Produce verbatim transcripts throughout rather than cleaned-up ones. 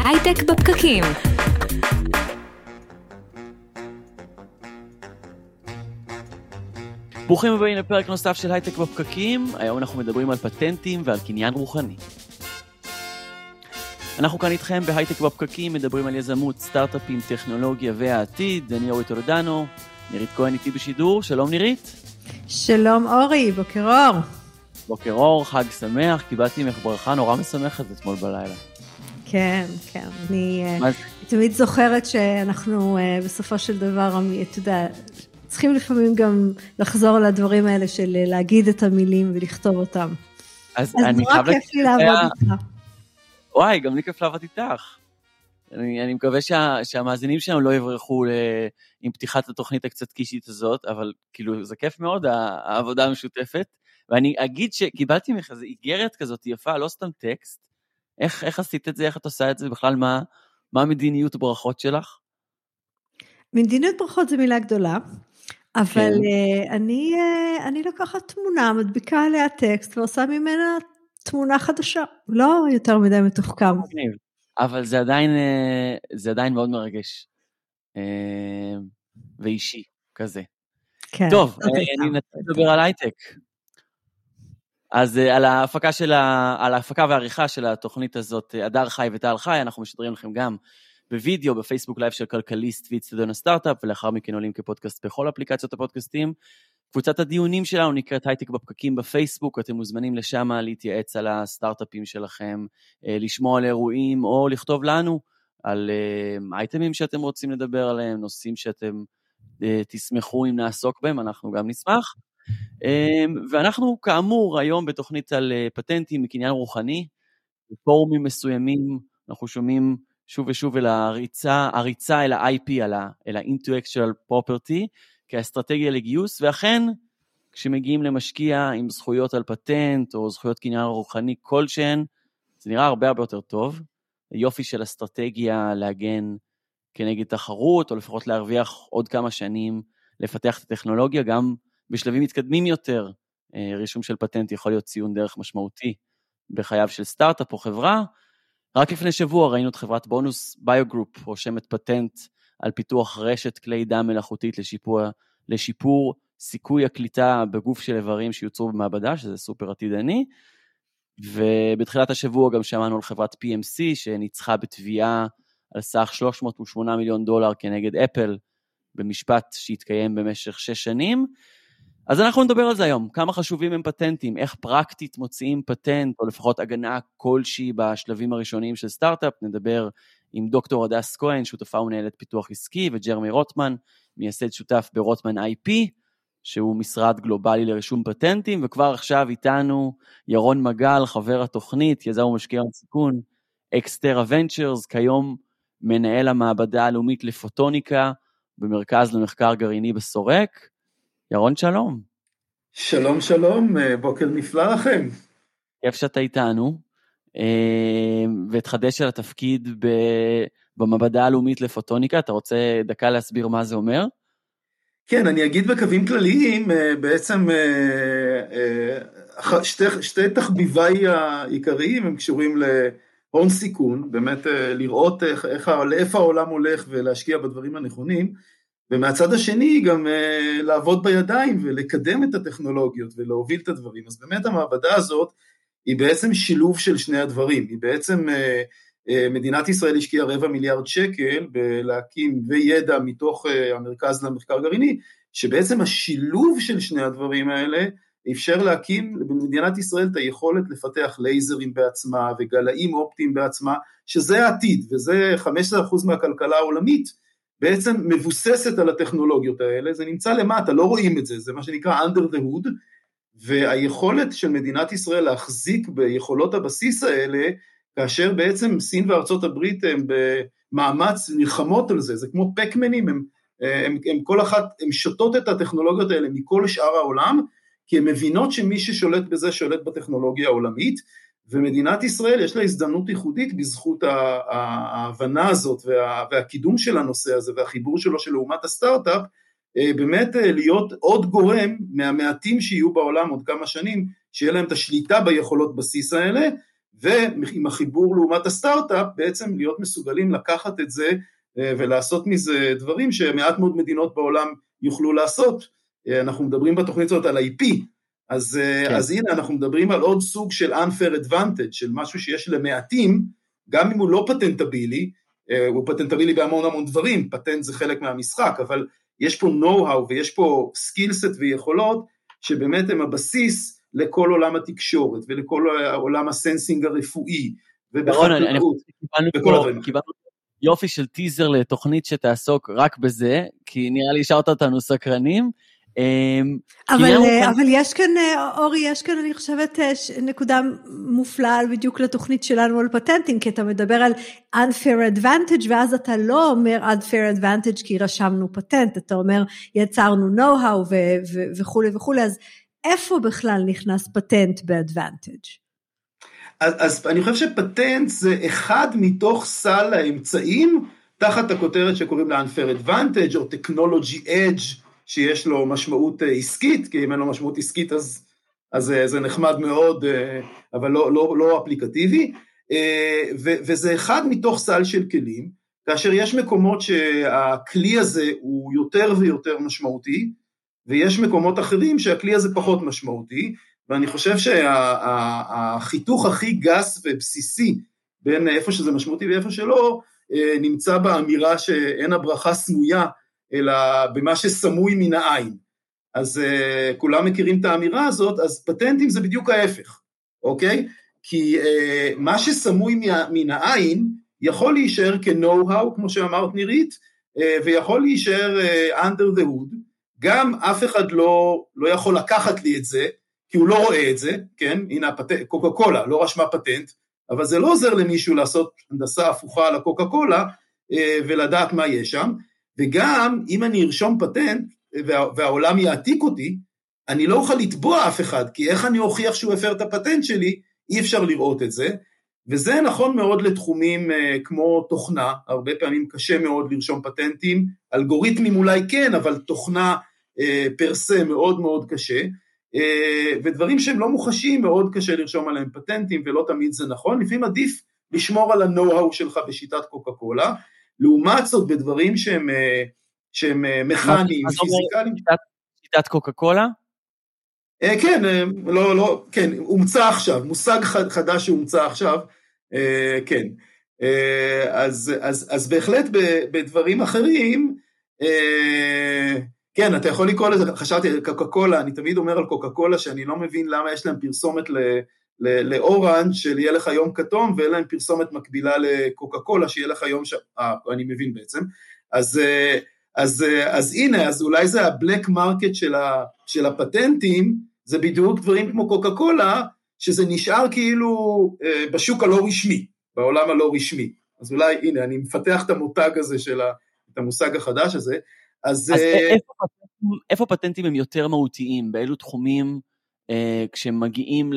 הייטק בפקקים. ברוכים הבאים לפרק נוסף של הייטק בפקקים. היום אנחנו מדברים על פטנטים ועל קניין רוחני. אנחנו כאן איתכם בהייטק בפקקים, מדברים על יזמות, סטארט-אפים, טכנולוגיה והעתיד. אני אורי טולדנו, נירית כהן איתי בשידור. שלום נירית. שלום אורי, בוקר אור. בוקר אור, חג שמח. קיבלתי ממך ברכה נורא משמחת אתמול בלילה. כן, כן. אני תמיד זוכרת שאנחנו בסופו של דבר, אתה יודע, צריכים לפעמים גם לחזור על הדברים האלה של להגיד את המילים ולכתוב אותם. אז, אז אני נורא כיף לי לעבוד איתך. וואי, גם לי כיף לעבוד איתך. אני, אני מקווה שה, שהמאזינים שלנו לא יברחו ל, עם פתיחת התוכנית הקצת קישית הזאת, אבל כאילו זה כיף מאוד, העבודה המשותפת. ואני אגיד שקיבלתי ממך איזו איגרת כזאת יפה, לא סתם טקסט. איך, איך עשית את זה? איך את עושה את זה? בכלל, מה, מה מדיניות ברכות שלך? מדיניות ברכות זה מילה גדולה. אבל כן. אני, אני לוקחת תמונה, מדביקה עליה טקסט, ועושה ממנה תמונה חדשה. לא יותר מדי מתוחכם. אבל זה עדיין, זה עדיין מאוד מרגש. ואישי, כזה. כן. טוב, אני נתחיל לדבר על הייטק. אז על ההפקה של ה, על ההפקה והעריכה של התוכנית הזאת, אדר חי וטל חי, אנחנו משדרים לכם גם בווידאו, בפייסבוק לייב של כלכליסט ואיצטדיון הסטארט-אפ, ולאחר מכן עולים כפודקאסט בכל אפליקציות הפודקאסטים. קבוצת הדיונים שלנו נקראת הייטק בפקקים בפייסבוק, אתם מוזמנים לשם להתייעץ על הסטארט-אפים שלכם, לשמוע על אירועים, או לכתוב לנו על אייטמים שאתם רוצים לדבר עליהם, נושאים שאתם תשמחו אם נעסוק בהם, אנחנו גם נשמח. ואנחנו כאמור היום בתוכנית על פטנטים מקניין רוחני, בפורומים מסוימים, אנחנו שומעים שוב ושוב אל הריצה, הריצה אל ה-איי פי, אל ה-Intellectual Property, כאסטרטגיה לגיוס, ואכן, כשמגיעים למשקיע עם זכויות על פטנט, או זכויות קניין רוחני כלשהן, זה נראה הרבה הרבה יותר טוב, יופי של אסטרטגיה להגן כנגד תחרות, או לפחות להרוויח עוד כמה שנים, לפתח את הטכנולוגיה, גם בשלבים מתקדמים יותר, רישום של פטנט יכול להיות ציון דרך משמעותי, בחייו של סטארט-אפ או חברה. רק לפני שבוע ראינו את חברת בונוס ביוגרופ, רושמת פטנט על פיתוח רשת כלי דם מלאכותית לשיפור, לשיפור סיכוי הקליטה בגוף של איברים שיוצרו במעבדה, שזה סופר עתידני, ובתחילת השבוע גם שמענו על חברת פי אם סי, שניצחה בתביעה על סך שלוש מאות ושמונה מיליון דולר כנגד אפל, במשפט שהתקיים במשך שש שנים. אז אנחנו נדבר על זה היום, כמה חשובים הם פטנטים, איך פרקטית מוציאים פטנט, או לפחות הגנה כלשהי בשלבים הראשוניים של סטארט-אפ. נדבר עם דוקטור הדס כהן, שותפה ומנהלת פיתוח עסקי, וג'רמי רוטמן, מייסד שותף ברוטמן איי פי, שהוא משרד גלובלי לרישום פטנטים, וכבר עכשיו איתנו ירון מגל, חבר התוכנית, יזם ומשקיע סיכון, אקסטרה ונצ'רס, כיום מנהל המעבדה הלאומית לפוטוניקה, במרכז למחקר גרעיני בסורק. ירון, שלום. שלום, שלום, בוקר נפלא לכם. כיף שאתה איתנו, ותחדש על התפקיד במעבדה הלאומית לפוטוניקה. אתה רוצה דקה להסביר מה זה אומר? כן, אני אגיד בקווים כלליים, בעצם שתי, שתי תחביביי העיקריים הם קשורים להון סיכון, באמת לראות איך, איך, לאיפה העולם הולך ולהשקיע בדברים הנכונים, ומהצד השני גם uh, לעבוד בידיים ולקדם את הטכנולוגיות ולהוביל את הדברים. אז באמת המעבדה הזאת היא בעצם שילוב של שני הדברים. היא בעצם, uh, uh, מדינת ישראל השקיעה רבע מיליארד שקל בלהקים וידע מתוך uh, המרכז למחקר גרעיני, שבעצם השילוב של שני הדברים האלה אפשר להקים במדינת ישראל את היכולת לפתח לייזרים בעצמה וגלאים אופטיים בעצמה, שזה העתיד, וזה חמישה עשר אחוז מהכלכלה העולמית, בעצם מבוססת על הטכנולוגיות האלה. זה נמצא למטה, לא רואים את זה, זה מה שנקרא under the hood, והיכולת של מדינת ישראל להחזיק ביכולות הבסיס האלה, כאשר בעצם סין וארצות הברית הם במאמץ נלחמות על זה, זה כמו פקמנים, הם, הם, הם כל אחת, הם שותות את הטכנולוגיות האלה מכל שאר העולם, כי הם מבינות שמי ששולט בזה שולט בטכנולוגיה העולמית, ומדינת ישראל יש לה הזדמנות ייחודית בזכות ההבנה הזאת והקידום של הנושא הזה והחיבור שלו של לעומת הסטארט-אפ, באמת להיות עוד גורם מהמעטים שיהיו בעולם עוד כמה שנים, שיהיה להם את השליטה ביכולות בסיס האלה, ועם החיבור לעומת הסטארט-אפ, בעצם להיות מסוגלים לקחת את זה, ולעשות מזה דברים שמעט מאוד מדינות בעולם יוכלו לעשות. אנחנו מדברים בתוכנית הזאת על איי פי, אז, כן. אז הנה אנחנו מדברים על עוד סוג של unfair advantage, של משהו שיש למעטים, גם אם הוא לא פטנטבילי, הוא פטנטבילי בהמון המון דברים, פטנט זה חלק מהמשחק, אבל יש פה know-how ויש פה skillset ויכולות, שבאמת הם הבסיס לכל עולם התקשורת, ולכל עולם הסנסינג הרפואי, ובחקלאות, וכל הדברים. קיבלנו יופי של טיזר לתוכנית שתעסוק רק בזה, כי נראה לי השארת אותנו סקרנים. אבל, אבל יש כאן, אורי, יש כאן, אני חושבת, נקודה מופלאה בדיוק לתוכנית שלנו על פטנטים, כי אתה מדבר על unfair advantage, ואז אתה לא אומר unfair advantage, כי רשמנו פטנט, אתה אומר, יצרנו know-how וכו' וכו', אז איפה בכלל נכנס פטנט ב-advantage? אז, אז אני חושב שפטנט זה אחד מתוך סל האמצעים, תחת הכותרת שקוראים לה unfair advantage, או technology edge, שיש לו משמעות עסקית, כי אם אין לו משמעות עסקית, אז, אז זה נחמד מאוד, אבל לא, לא, לא אפליקטיבי, ו, וזה אחד מתוך סל של כלים, כאשר יש מקומות שהכלי הזה הוא יותר ויותר משמעותי, ויש מקומות אחרים שהכלי הזה פחות משמעותי, ואני חושב שהחיתוך הכי גס ובסיסי, בין איפה שזה משמעותי ואיפה שלא, נמצא באמירה שאין הברכה סמויה, אלא במה שסמוי מן העין. אז uh, כולם מכירים את האמירה הזאת, אז פטנטים זה בדיוק ההפך, אוקיי? כי uh, מה שסמוי מן העין, יכול להישאר כ-know-how, כמו שאמרת נירית, uh, ויכול להישאר uh, under the hood, גם אף אחד לא, לא יכול לקחת לי את זה, כי הוא לא רואה את זה, כן? הנה הפטנט, קוקה קולה, לא רשמה פטנט, אבל זה לא עוזר למישהו לעשות הנדסה הפוכה על הקוקה קולה, uh, ולדעת מה יש שם, וגם אם אני ארשום פטנט, וה, והעולם יעתיק אותי, אני לא אוכל לתבוע אף אחד, כי איך אני אוכיח שהוא הפר את הפטנט שלי, אי אפשר לראות את זה, וזה נכון מאוד לתחומים uh, כמו תוכנה, הרבה פעמים קשה מאוד לרשום פטנטים, אלגוריתמים אולי כן, אבל תוכנה uh, פרסה מאוד מאוד קשה, uh, ודברים שהם לא מוחשים, מאוד קשה לרשום עליהם פטנטים, ולא תמיד זה נכון, לפעמים עדיף לשמור על ה-know-how שלך בשיטת קוקה קולה, לעומת זאת בדברים שהם, שהם מכניים, פיזיקליים. שיטת קוקה קולה? כן, לא, לא, כן, הומצא עכשיו, מושג חדש שהומצא עכשיו, כן. אז, אז, אז בהחלט בדברים אחרים, כן, אתה יכול לקרוא לזה, חשבתי על קוקה קולה, אני תמיד אומר על קוקה קולה, שאני לא מבין למה יש להם פרסומת ל... לאורנג' שיהיה לך יום כתום, ואין להם פרסומת מקבילה לקוקה קולה, שיהיה לך יום ש... אה, אני מבין בעצם. אז, אז, אז הנה, אז אולי זה הבלק מרקט של, ה, של הפטנטים, זה בדיוק דברים כמו קוקה קולה, שזה נשאר כאילו בשוק הלא רשמי, בעולם הלא רשמי. אז אולי, הנה, אני מפתח את המותג הזה של ה, את המושג החדש הזה. אז, אז איפה, פטנטים, איפה פטנטים הם יותר מהותיים? באילו תחומים כשהם מגיעים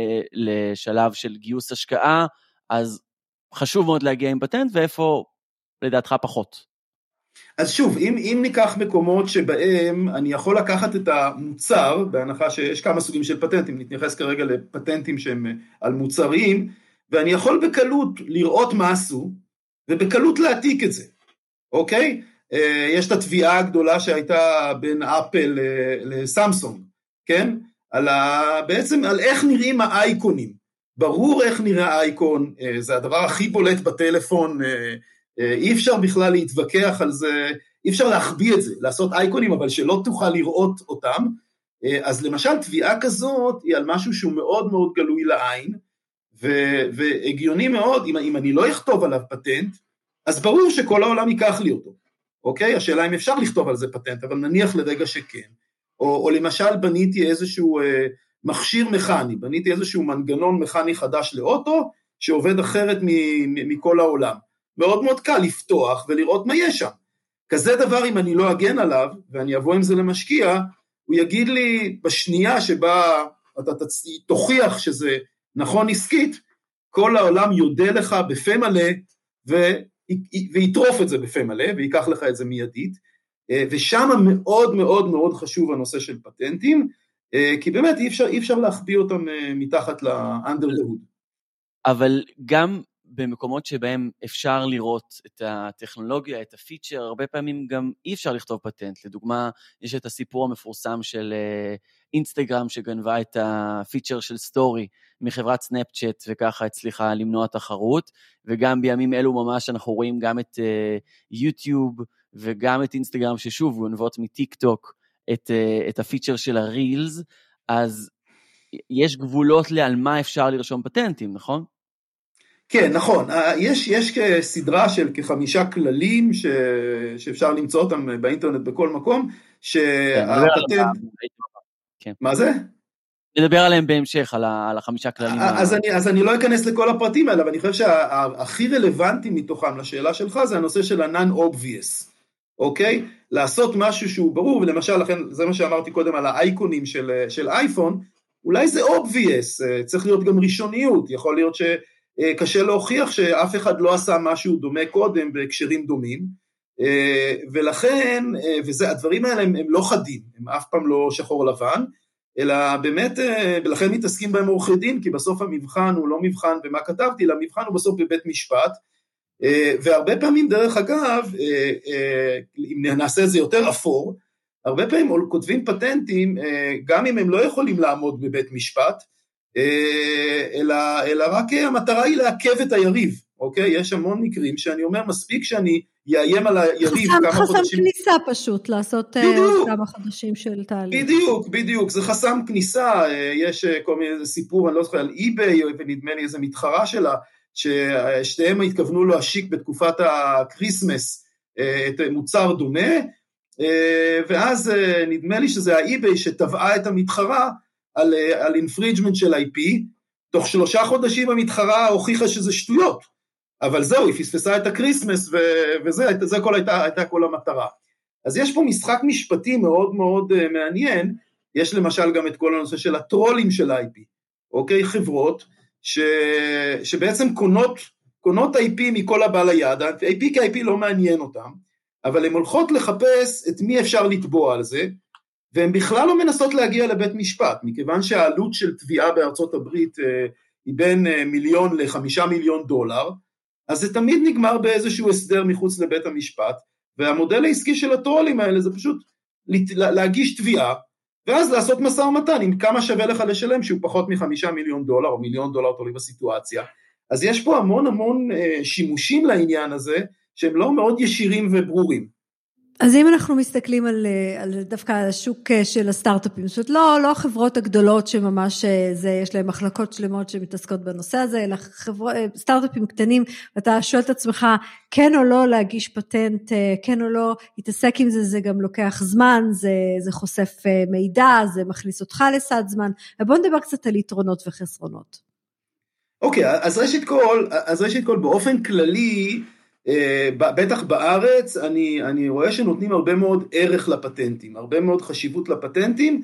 לשלב של גיוס השקעה, אז חשוב מאוד להגיע עם פטנט, ואיפה לדעתך פחות? אז שוב, אם, אם ניקח מקומות שבהם אני יכול לקחת את המוצר, בהנחה שיש כמה סוגים של פטנטים, נתייחס כרגע לפטנטים שהם על מוצרים, ואני יכול בקלות לראות מה עשו, ובקלות להעתיק את זה, אוקיי? יש את התביעה הגדולה שהייתה בין אפל לסמסונג, כן? על ה... בעצם על איך נראים האייקונים, ברור איך נראה האייקון, זה הדבר הכי בולט בטלפון, אי אפשר בכלל להתווכח על זה, אי אפשר להחביא את זה, לעשות אייקונים אבל שלא תוכל לראות אותם, אז למשל תביעה כזאת היא על משהו שהוא מאוד מאוד גלוי לעין, ו... והגיוני מאוד, אם, אם אני לא אכתוב עליו פטנט, אז ברור שכל העולם ייקח לי אותו, אוקיי? השאלה אם אפשר לכתוב על זה פטנט, אבל נניח לרגע שכן, או, או למשל בניתי איזשהו אה, מכשיר מכני, בניתי איזשהו מנגנון מכני חדש לאוטו, שעובד אחרת מ- מ- מכל העולם. מאוד מאוד קל לפתוח ולראות מה יש שם. כזה דבר אם אני לא אגן עליו, ואני אבוא עם זה למשקיע, הוא יגיד לי בשנייה שבה אתה תוכיח שזה נכון עסקית, כל העולם יודע לך בפה מלא, ו- ויטרוף את זה בפה מלא, ויקח לך את זה מיידית, ושם מאוד מאוד מאוד חשוב הנושא של פטנטים, כי באמת אי אפשר, אי אפשר להחביא אותם מתחת לאנדר דה הוד. אבל גם במקומות שבהם אפשר לראות את הטכנולוגיה, את הפיצ'ר, הרבה פעמים גם אי אפשר לכתוב פטנט. לדוגמה, יש את הסיפור המפורסם של אינסטגרם, שגנבה את הפיצ'ר של סטורי מחברת סנאפצ'אט, וככה הצליחה למנוע תחרות, וגם בימים אלו ממש אנחנו רואים גם את יוטיוב, וגם את אינסטגרם, ששוב גונבות מטיק טוק, את, את הפיצ'ר של הרילס, אז יש גבולות לעל מה אפשר לרשום פטנטים, נכון? כן, נכון. יש, יש סדרה של כחמישה כללים ש, שאפשר למצוא אותם באינטרנט בכל מקום, שהפטנט... כן. מה זה? נדבר עליהם בהמשך, על, ה, על החמישה כללים. אז, ה... אני, אז אני לא אכנס לכל הפרטים האלה, אבל אני חושב שהכי רלוונטי מתוכם לשאלה שלך, זה הנושא של ה-non-obvious, אוקיי? לעשות משהו שהוא ברור, ולמשל, לכן, זה מה שאמרתי קודם על האייקונים של, של אייפון, אולי זה obvious, צריך להיות גם ראשוניות, יכול להיות ש... קשה להוכיח שאף אחד לא עשה משהו דומה קודם בהקשרים דומים, ולכן, וזה, הדברים האלה הם, הם לא חדים, הם אף פעם לא שחור לבן, אלא באמת, ולכן מתעסקים בהם עורכי דין, כי בסוף המבחן הוא לא מבחן במה כתבתי, אלא המבחן הוא בסוף בבית משפט, והרבה פעמים דרך אגב, אם נעשה את זה יותר אפור, הרבה פעמים כותבים פטנטים, גם אם הם לא יכולים לעמוד בבית משפט, אלא, אלא רק המטרה היא לעכב את היריב, אוקיי? יש המון מקרים שאני אומר, מספיק שאני יאיים על היריב חסם, כמה חסם חודשים. חסם כניסה פשוט, לעשות בדיוק, כמה חודשים של תהליך. בדיוק, בדיוק, זה חסם כניסה, יש כל מיני סיפור, אני לא זוכר, על אי-ביי, ונדמה לי איזה מתחרה שלה, ששתיהם התכוונו להשיק בתקופת הקריסמס את מוצר דומה, ואז נדמה לי שזה האי-ביי שטבעה את המתחרה, על, על infringement של איי פי, תוך שלושה חודשים המתחרה הוכיחה שזה שטויות, אבל זהו, היא פספסה את הקריסמס, ו, וזה זה כל הייתה, הייתה כל המטרה. אז יש פה משחק משפטי מאוד מאוד uh, מעניין, יש למשל גם את כל הנושא של הטרולים של איי פי, אוקיי, חברות, ש, שבעצם קונות, קונות איי פי מכל הבא ליד, איי פי כי איי פי לא מעניין אותם, אבל הן הולכות לחפש את מי אפשר לתבוע על זה, והן בכלל לא מנסות להגיע לבית משפט, מכיוון שהעלות של תביעה בארצות הברית אה, היא בין אה, מיליון לחמישה מיליון דולר, אז זה תמיד נגמר באיזשהו הסדר מחוץ לבית המשפט, והמודל העסקי של הטרולים האלה זה פשוט להגיש תביעה, ואז לעשות משא ומתן עם כמה שווה לך לשלם, שהוא פחות מחמישה מיליון דולר, או מיליון דולר תולי בסיטואציה. אז יש פה המון המון אה, שימושים לעניין הזה, שהם לא מאוד ישירים וברורים. אז אם אנחנו מסתכלים על, על דווקא השוק של הסטארט-אפים, זאת אומרת, לא, לא החברות הגדולות שממש זה, יש להם מחלקות שלמות שמתעסקות בנושא הזה, אלא חברות, סטארט-אפים קטנים, ואתה שואל את עצמך, כן או לא להגיש פטנט, כן או לא, להתעסק עם זה, זה גם לוקח זמן, זה, זה חושף מידע, זה מכניס אותך לסד זמן, ובוא נדבר קצת על יתרונות וחסרונות. אוקיי, אז ראשית כל, אז ראשית כל, באופן כללי, בטח בארץ, אני, אני רואה שנותנים הרבה מאוד ערך לפטנטים, הרבה מאוד חשיבות לפטנטים,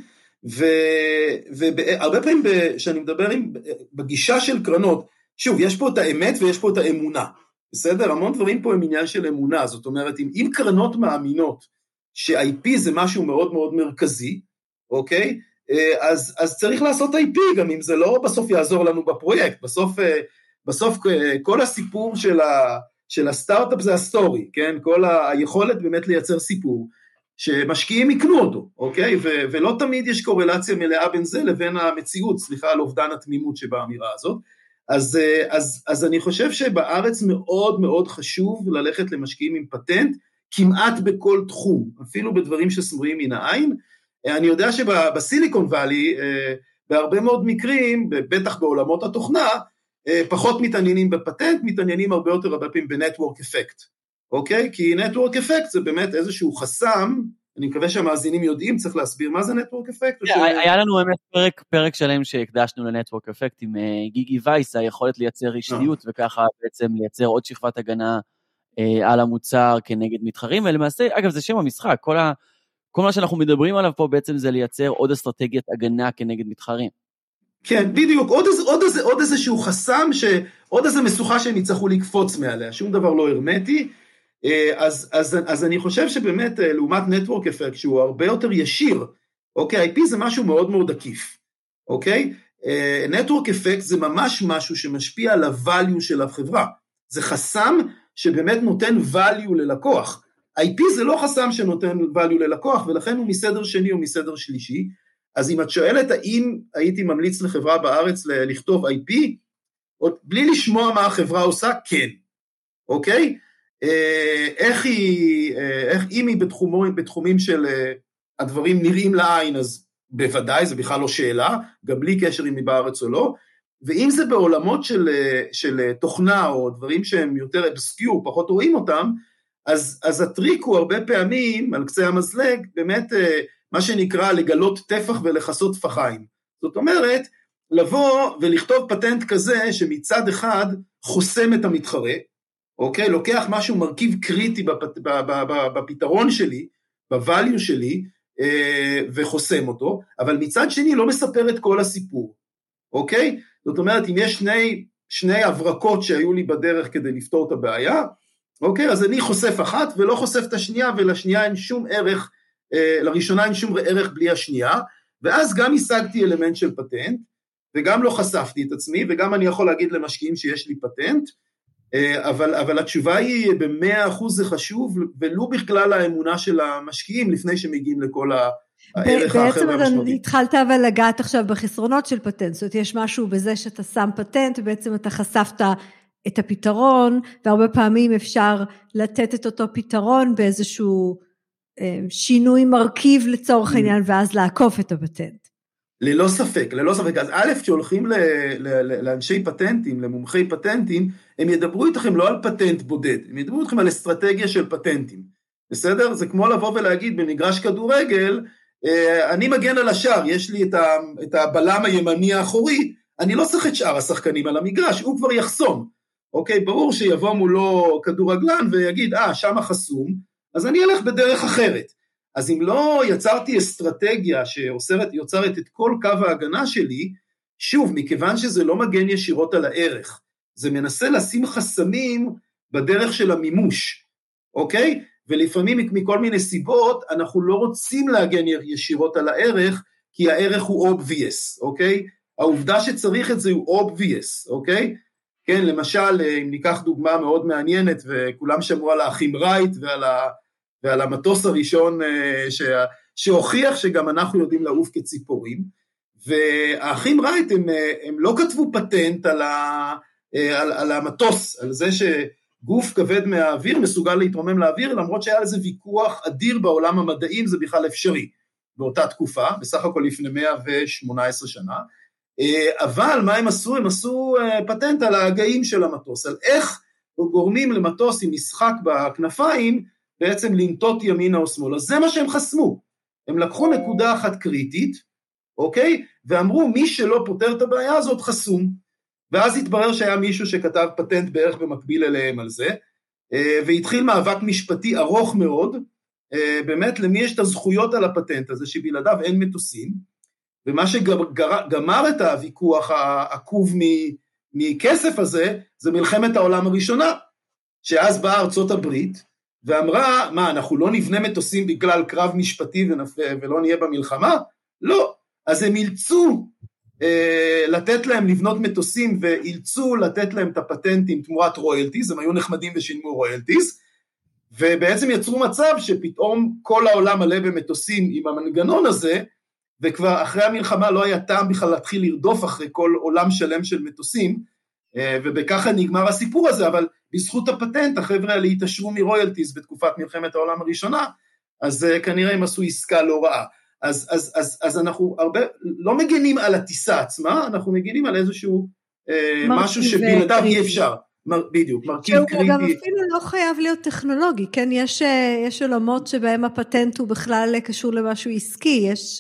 והרבה פעמים שאני מדבר עם, בגישה של קרנות, שוב, יש פה את האמת ויש פה את האמונה, בסדר? המון דברים פה הם עניין של אמונה, זאת אומרת, אם, אם קרנות מאמינות ש-איי פי זה משהו מאוד מאוד מרכזי, אוקיי? אז, אז צריך לעשות איי פי, גם אם זה לא בסוף יעזור לנו בפרויקט, בסוף, בסוף כל הסיפור של ה... של הסטארט-אפ זה הסטורי, כן? כל היכולת באמת לייצר סיפור, שמשקיעים יקנו אותו, אוקיי? ו- ולא תמיד יש קורלציה מלאה בין זה לבין המציאות, סליחה על אובדן התמימות שבאמירה הזאת, אז, אז, אז אני חושב שבארץ מאוד מאוד חשוב ללכת למשקיעים עם פטנט, כמעט בכל תחום, אפילו בדברים שסמויים מן העין, אני יודע שבסיליקון ואלי, בהרבה מאוד מקרים, בטח בעולמות התוכנה, פחות מתעניינים בפטנט, מתעניינים הרבה יותר הרבה פעמים בנטוורק אפקט, אוקיי? כי נטוורק אפקט זה באמת איזשהו חסם, אני מקווה שהמאזינים יודעים, צריך להסביר מה זה נטוורק אפקט. היה לנו באמת פרק, פרק שלם שהקדשנו לנטוורק אפקט עם גיגי וייס, היכולת לייצר רשתיות, וככה בעצם לייצר עוד שכבת הגנה על המוצר כנגד מתחרים, ולמעשה, אגב, זה שם המשחק, כל, ה, כל מה שאנחנו מדברים עליו פה בעצם זה לייצר עוד אסטרטגיית הגנה כנגד מתחרים. כן, בדיוק, עוד, איזה, עוד, איזה, עוד איזשהו חסם, ש, עוד איזה משוכה שהם יצטרכו לקפוץ מעליה, שום דבר לא הרמטי, אז, אז, אז אני חושב שבאמת, לעומת נטוורק אפקט, שהוא הרבה יותר ישיר, אוקיי, איי פי זה משהו מאוד מאוד עקיף, אוקיי, Network Effect זה ממש משהו שמשפיע על ה-value של החברה, זה חסם שבאמת נותן value ללקוח, איי פי זה לא חסם שנותן value ללקוח, ולכן הוא מסדר שני או מסדר שלישי, אז אם את שואלת האם הייתי ממליץ לחברה בארץ לכתוב איי פי, בלי לשמוע מה החברה עושה, כן, אוקיי? איך היא, איך, אם היא בתחומים, בתחומים של הדברים נראים לעין, אז בוודאי, זה בכלל לא שאלה, גם בלי קשר אם היא בארץ או לא, ואם זה בעולמות של, של תוכנה, או דברים שהם יותר אבסקיור, פחות רואים אותם, אז, אז הטריק הוא הרבה פעמים, על קצה המזלג, באמת, מה שנקרא לגלות טפח ולחסות טפחיים. זאת אומרת, לבוא ולכתוב פטנט כזה, שמצד אחד חוסם את המתחרה, אוקיי? לוקח משהו מרכיב קריטי בפ, בפתרון שלי, בvalue שלי, וחוסם אותו, אבל מצד שני לא מספר את כל הסיפור, אוקיי? זאת אומרת, אם יש שני, שני הברקות שהיו לי בדרך כדי לפתור את הבעיה, אוקיי? אז אני חושף אחת ולא חושף את השנייה, ולשנייה אין שום ערך, לראשונה אין שום ערך בלי השנייה, ואז גם השגתי אלמנט של פטנט, וגם לא חשפתי את עצמי, וגם אני יכול להגיד למשקיעים שיש לי פטנט, אבל, אבל התשובה היא במאה אחוז זה חשוב, ולא בכלל האמונה של המשקיעים, לפני שמגיעים לכל הערך האחר והמשמעותי. בעצם התחלת אבל לגעת עכשיו בחסרונות של פטנט, זאת אומרת, יש משהו בזה שאתה שם פטנט, ובעצם אתה חשפת את הפתרון, והרבה פעמים אפשר לתת את אותו פתרון, באיזשהו שינוי מרכיב לצורך העניין, ואז לעקוף את הפטנט. ללא ספק, ללא ספק. אז א', שהולכים לאנשי פטנטים, למומחי פטנטים, הם ידברו איתכם לא על פטנט בודד, הם ידברו איתכם על אסטרטגיה של פטנטים. בסדר? זה כמו לבוא ולהגיד במגרש כדורגל, אני מגן על השאר, יש לי את הבלם הימני האחורי, אני לא צריך את שאר השחקנים על המגרש, הוא כבר יחסום. אוקיי, ברור שיבוא מולו כדורגלן ויגיד, אה, שם חסום, אז אני אלך בדרך אחרת. אז אם לא יצרתי אסטרטגיה שיוצרת יוצרת את כל קו ההגנה שלי, שוב, מכיוון שזה לא מגן ישירות על הערך, זה מנסה לשים חסמים בדרך של המימוש, אוקיי? ולפעמים מכל מיני סיבות, אנחנו לא רוצים להגן ישירות על הערך, כי הערך הוא obvious, אוקיי? העובדה שצריך את זה הוא obvious, אוקיי? כן, למשל, אם ניקח דוגמה מאוד מעניינת, וכולם שמעו על האחים רייט ועל ה... ועל המטוס הראשון שה, שהוכיח שגם אנחנו יודעים לעוף כציפורים, והאחים רייט הם, הם לא כתבו פטנט על, ה, על, על המטוס, על זה שגוף כבד מהאוויר מסוגל להתרומם לאוויר, למרות שהיה לזה ויכוח אדיר בעולם המדעים, זה בכלל אפשרי באותה תקופה, בסך הכל לפני מאה ושמונה עשרה שנה, אבל מה הם עשו? הם עשו פטנט על ההגאים של המטוס, על איך גורמים למטוס עם משחק בכנפיים, בעצם לנטות ימינה או שמאלה, זה מה שהם חסמו, הם לקחו נקודה אחת קריטית, אוקיי, ואמרו מי שלא פותר את הבעיה הזאת חסום, ואז התברר שהיה מישהו שכתב פטנט בערך במקביל אליהם על זה, והתחיל מאבק משפטי ארוך מאוד, באמת למי יש את הזכויות על הפטנט הזה, שבלעדיו אין מטוסים, ומה שגמר את הוויכוח העקוב מכסף הזה, זה מלחמת העולם הראשונה, שאז באה ארצות הברית, ואמרה, מה, אנחנו לא נבנה מטוסים בגלל קרב משפטי ולא נהיה במלחמה? לא. אז הם אילצו אה, לתת להם לבנות מטוסים, ואילצו לתת להם את הפטנטים תמורת רויאלטיז, הם היו נחמדים ושילמו רויאלטיז, ובעצם יצרו מצב שפתאום כל העולם מלא במטוסים עם המנגנון הזה, וכבר אחרי המלחמה לא היה טעם בכלל להתחיל לרדוף אחרי כל עולם שלם של מטוסים, ובככה נגמר הסיפור הזה, אבל בזכות הפטנט, החבר'ה האלה התעשרו מרויאלטיז בתקופת מלחמת העולם הראשונה, אז כנראה הם עשו עסקה לא רעה. אז, אז, אז, אז אנחנו הרבה, לא מגנים על הטיסה עצמה, אנחנו מגנים על איזשהו משהו שבלעדיו אי אפשר. מר, בדיוק, מרכיב קריטי. שהוא גם אפילו לא חייב להיות טכנולוגי, כן? יש, יש עולמות שבהם הפטנט הוא בכלל קשור למשהו עסקי, יש...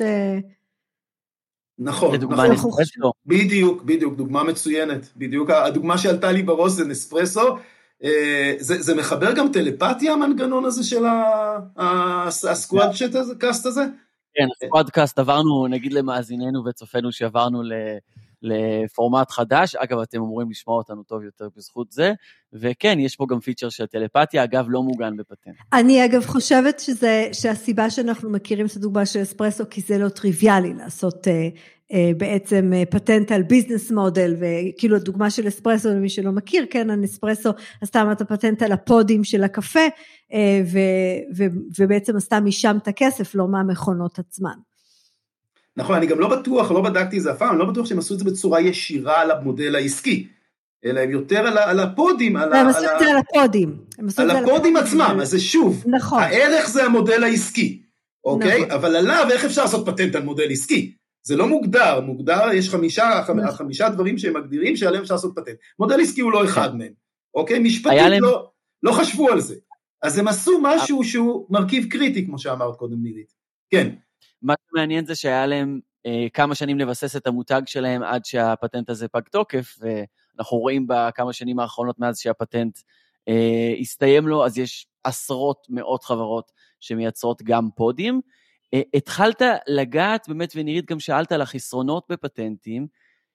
נכון, לדוגמה נכון. נספרסו. בדיוק, בדיוק, דוגמה מצוינת, בדיוק, הדוגמה שעלתה לי בראש זה נספרסו, זה, זה מחבר גם טלפתיה המנגנון הזה של הסקואד קאסט הזה? כן, הסקואד קאסט עברנו, נגיד למאזיננו וצופנו שעברנו לפורמט חדש, אגב אתם אמורים לשמוע אותנו טוב יותר בזכות זה, וכן, יש פה גם פיצ'ר של טלפתיה, אגב לא מוגן בפטנט. אני אגב חושבת שזה, שהסיבה שאנחנו מכירים את הדוגמה של אספרסו, כי זה לא טריוויאלי לעשות בעצם פטנט על ביזנס מודל, וכאילו הדוגמה של אספרסו, למי שלא מכיר, כן, אספרסו עשתה את הפטנט על הפודים של הקפה, ובעצם עשתה משם את הכסף, לא מהמכונות עצמן. נכון, אני גם לא בטוח, לא בדקתי את זה הפעם, אני לא בטוח שהם עשו את זה בצורה ישירה על המודל העסקי, אלא הם יותר על הפודים, הם עשו את זה על הפודים. על הפודים עצמם, אז זה שוב, הערך זה המודל העסקי, אוקיי? אבל עליו, איך אפשר לעשות פטנט על מודל עסקי? זה לא מוגדר, מוגדר, יש חמישה, חמישה דברים שהם מגדירים שעליהם אפשר לעשות פטנט. מודל עסקי הוא לא אחד מהם, אוקיי? משפטית לא, לא חשבו על זה. אז הם עשו משהו שהוא מרכיב קריטי, כמו שאמרת קודם נירית. כן. מה שמעניין זה שהיה להם אה, כמה שנים לבסס את המותג שלהם עד שהפטנט הזה פג תוקף, ואנחנו רואים בכמה שנים האחרונות מאז שהפטנט אה, הסתיים לו, אז יש עשרות מאות חברות שמייצרות גם פודים. אה, התחלת לגעת, באמת ונירית גם שאלת על החסרונות בפטנטים,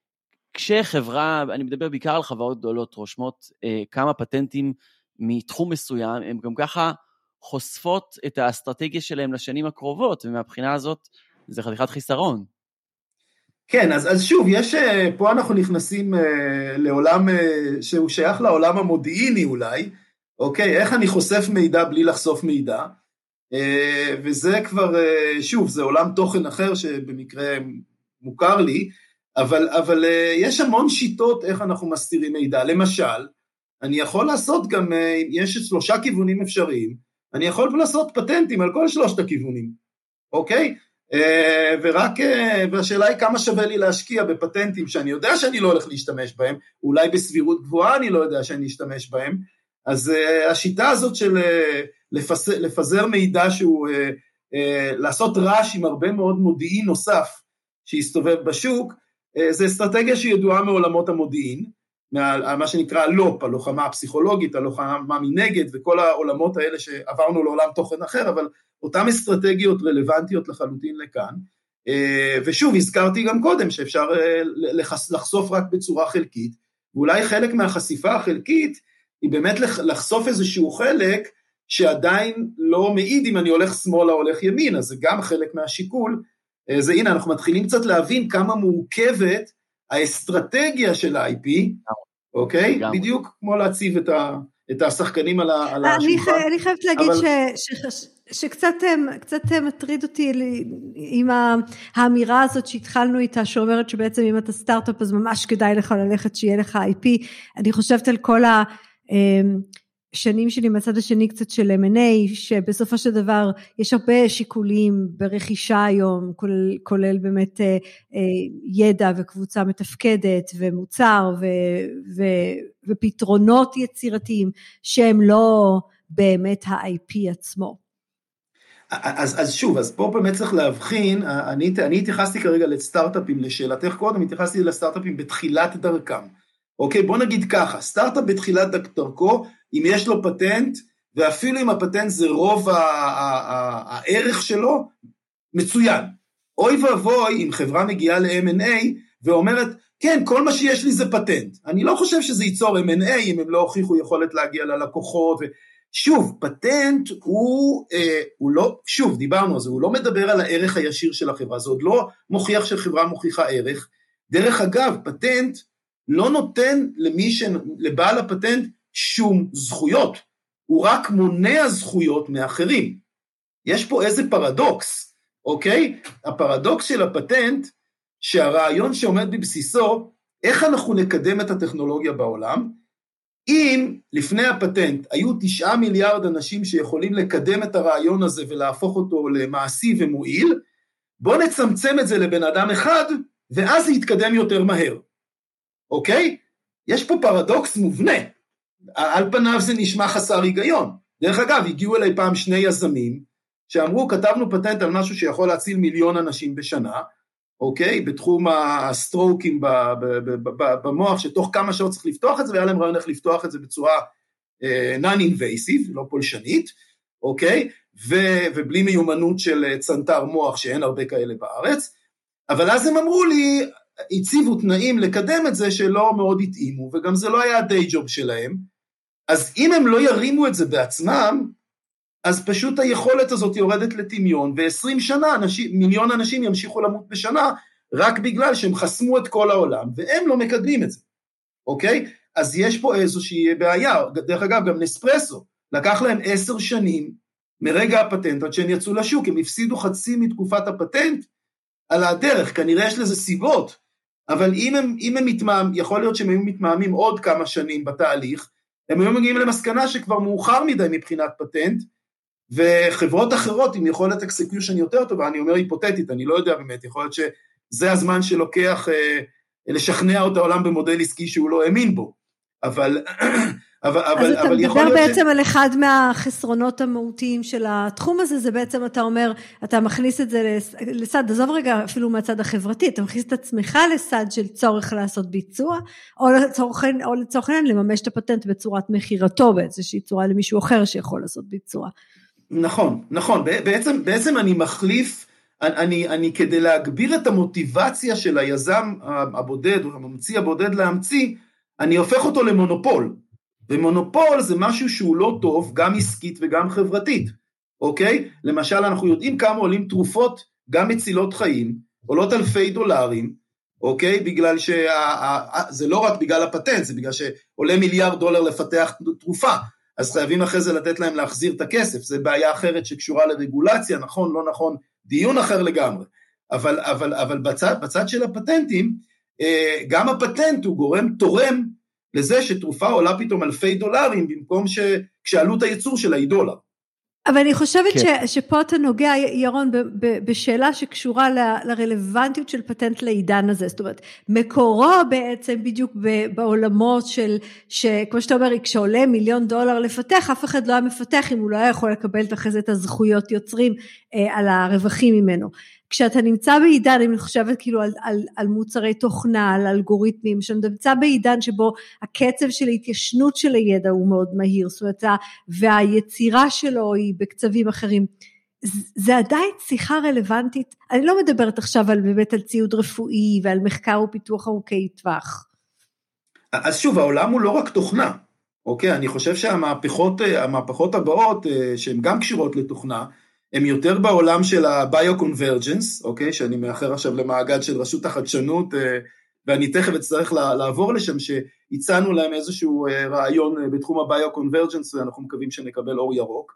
כשחברה, אני מדבר בעיקר על חברות גדולות, רושמות אה, כמה פטנטים מתחום מסוים, הם גם ככה חושפות את האסטרטגיה שלהם לשנים הקרובות, ומהבחינה הזאת זה חתיכת חיסרון. כן, אז, אז שוב, יש, פה אנחנו נכנסים אה, לעולם אה, שהוא שייך לעולם המודיעיני אולי, אוקיי, איך אני חושף מידע בלי לחשוף מידע, אה, וזה כבר, אה, שוב, זה עולם תוכן אחר שבמקרה מוכר לי, אבל, אבל אה, יש המון שיטות איך אנחנו מסתירים מידע, למשל, אני יכול לעשות גם, אה, יש שלושה כיוונים אפשריים, אני יכול לעשות פטנטים על כל שלושת הכיוונים, אוקיי? ורק, והשאלה היא כמה שווה לי להשקיע בפטנטים שאני יודע שאני לא הולך להשתמש בהם, אולי בסבירות גבוהה אני לא יודע שאני אשתמש בהם, אז השיטה הזאת של לפזר, לפזר מידע שהוא, לעשות רעש עם הרבה מאוד מודיעין נוסף שיסתובב בשוק, זה אסטרטגיה שידועה מעולמות המודיעין, מה שנקרא הלופ, הלוחמה הפסיכולוגית, הלוחמה מנגד, וכל העולמות האלה שעברנו לעולם תוכן אחר, אבל אותן אסטרטגיות רלוונטיות לחלוטין לכאן, ושוב, הזכרתי גם קודם, שאפשר לחשוף רק בצורה חלקית, ואולי חלק מהחשיפה החלקית, היא באמת לחשוף איזשהו חלק, שעדיין לא מעיד אם אני הולך שמאלה או הולך ימין, אז זה גם חלק מהשיקול, זה הנה, אנחנו מתחילים קצת להבין כמה מורכבת, האסטרטגיה של ה-איי פי, אוקיי? בדיוק כמו להציב את השחקנים על השולחן. אני חייבת להגיד שקצת מטריד אותי עם האמירה הזאת שהתחלנו איתה, שאומרת שבעצם אם אתה סטארט-אפ, אז ממש כדאי לך ללכת שיהיה לך איי פי. אני חושבת על כל ה... שנים שלי מהצד השני קצת של אם אנד איי, שבסופו של דבר יש הרבה שיקולים ברכישה היום, כולל, כולל באמת אה, ידע וקבוצה מתפקדת ומוצר ו, ו, ופתרונות יצירתיים, שהם לא באמת ה-איי פי עצמו. אז, אז שוב, אז פה באמת צריך להבחין, אני, אני התייחסתי כרגע לסטארט-אפים, לשאלתך קודם, התייחסתי לסטארט-אפים בתחילת דרכם. אוקיי, בוא נגיד ככה, סטארט-אפ בתחילת דרכו, אם יש לו פטנט, ואפילו אם הפטנט זה רוב הערך שלו, מצוין. אוי ואבוי אם חברה מגיעה ל-אם אנד איי, ואומרת, כן, כל מה שיש לי זה פטנט. אני לא חושב שזה ייצור אם אנד איי, אם הם לא הוכיחו יכולת להגיע ללקוחות. שוב, פטנט הוא, אה, הוא לא, שוב, דיברנו על זה, הוא לא מדבר על הערך הישיר של החברה, זה עוד לא מוכיח שחברה מוכיחה ערך. דרך אגב, פטנט לא נותן למי ש... לבעל הפטנט שום זכויות, הוא רק מונע זכויות מאחרים. יש פה איזה פרדוקס, אוקיי? הפרדוקס של הפטנט, שהרעיון שעומד בבסיסו, איך אנחנו נקדם את הטכנולוגיה בעולם, אם לפני הפטנט היו תשעה מיליארד אנשים שיכולים לקדם את הרעיון הזה ולהפוך אותו למעשי ומועיל, בוא נצמצם את זה לבן אדם אחד, ואז זה יתקדם יותר מהר. אוקיי? יש פה פרדוקס מובנה. על פניו זה נשמע חסר היגיון. דרך אגב, הגיעו אליי פעם שני יזמים, שאמרו, כתבנו פטנט על משהו שיכול להציל מיליון אנשים בשנה, אוקיי? בתחום הסטרוקים במוח, שתוך כמה שעות צריך לפתוח את זה, והיה להם רעיון איך לפתוח את זה בצורה non-invasive, לא פולשנית, אוקיי? ובלי מיומנות של צנתר מוח, שאין הרבה כאלה בארץ, אבל אז הם אמרו לי, הציבו תנאים לקדם את זה שלא מאוד התאימו, וגם זה לא היה הדיי ג'וב שלהם, אז אם הם לא ירימו את זה בעצמם, אז פשוט היכולת הזאת יורדת לטמיון, ו-עשרים שנה, אנשים, מיליון אנשים ימשיכו למות בשנה, רק בגלל שהם חסמו את כל העולם, והם לא מקדמים את זה, אוקיי? אז יש פה איזושהי בעיה, דרך אגב, גם נספרסו, לקח להם עשר שנים, מרגע הפטנט, עד שהם יצאו לשוק, הם הפסידו חצי מתקופת הפטנט, על הדרך, כנראה יש לזה סיבות, אבל אם הם, אם הם מתמאם, יכול להיות שהם היו מתמאמים עוד כמה שנים בתהליך, הם היו מגיעים למסקנה שכבר מאוחר מדי מבחינת פטנט, וחברות אחרות עם יכולת אקסקיושן יותר טובה, אני אומר היפותטית, אני לא יודע באמת, יכול להיות שזה הזמן שלוקח אה, לשכנע את העולם במודל עסקי שהוא לא האמין בו, אבל, אבל, אז אבל, אתה אבל יכול מדבר להיות בעצם ש... על אחד מהחסרונות המהותיים של התחום הזה, זה בעצם אתה אומר, אתה מכניס את זה לסד, עזוב רגע אפילו מהצד החברתי, אתה מכניס את עצמך לסד של צורך לעשות ביצוע, או לצורך, או לצורך העניין לממש את הפטנט בצורת מחירתו, באיזושהי צורה למישהו אחר שיכול לעשות ביצוע. נכון, נכון, בעצם, בעצם אני מחליף, אני, אני כדי להגביר את המוטיבציה של היזם הבודד, או הממציא הבודד להמציא, אני הופך אותו למונופול, ומונופול זה משהו שהוא לא טוב, גם עסקית וגם חברתית, אוקיי? למשל אנחנו יודעים כמה עולים תרופות, גם מצילות חיים, עולות אלפי דולרים, אוקיי? בגלל שזה לא רק בגלל הפטנט, זה בגלל שעולה מיליארד דולר לפתח תרופה, אז חייבים אחרי זה לתת להם להחזיר את הכסף, זה בעיה אחרת שקשורה לרגולציה, נכון, לא נכון, דיון אחר לגמרי, אבל, אבל, אבל בצד, בצד של הפטנטים, גם הפטנט הוא גורם תורם לזה שתרופה עולה פתאום אלפי דולרים, במקום שכשעלות הייצור שלה היא דולר. אבל אני חושבת כן. ש, שפה אתה נוגע, ירון, ב, ב, בשאלה שקשורה ל, לרלוונטיות של פטנט לעידן הזה, זאת אומרת, מקורו בעצם בדיוק ב, בעולמות של, שכמו שאתה אומר, כשעולה מיליון דולר לפתח, אף אחד לא היה מפתח אם הוא לא היה יכול לקבל אחרי זה את הזכויות יוצרים אה, על הרווחים ממנו. כשאתה נמצא בעידן, אני חושבת כאילו על, על, על מוצרי תוכנה, על אלגוריתמים, שאתה נמצא בעידן שבו הקצב של ההתיישנות של הידע הוא מאוד מהיר, זאת אומרת, והיצירה שלו היא בקצבים אחרים, זה עדיין שיחה רלוונטית, אני לא מדברת עכשיו על, באמת על ציוד רפואי, ועל מחקר ופיתוח ארוכי טווח. אז שוב, העולם הוא לא רק תוכנה, אוקיי? אני חושב שהמהפכות, המהפכות הבאות, שהן גם קשורות לתוכנה, הם יותר בעולם של הביו-קונברג'נס, אוקיי, שאני מאחר עכשיו למאגד של רשות החדשנות, ואני תכף אצטרך לעבור לשם, שהצענו להם איזשהו רעיון בתחום הביו-קונברג'נס, ואנחנו מקווים שנקבל אור ירוק.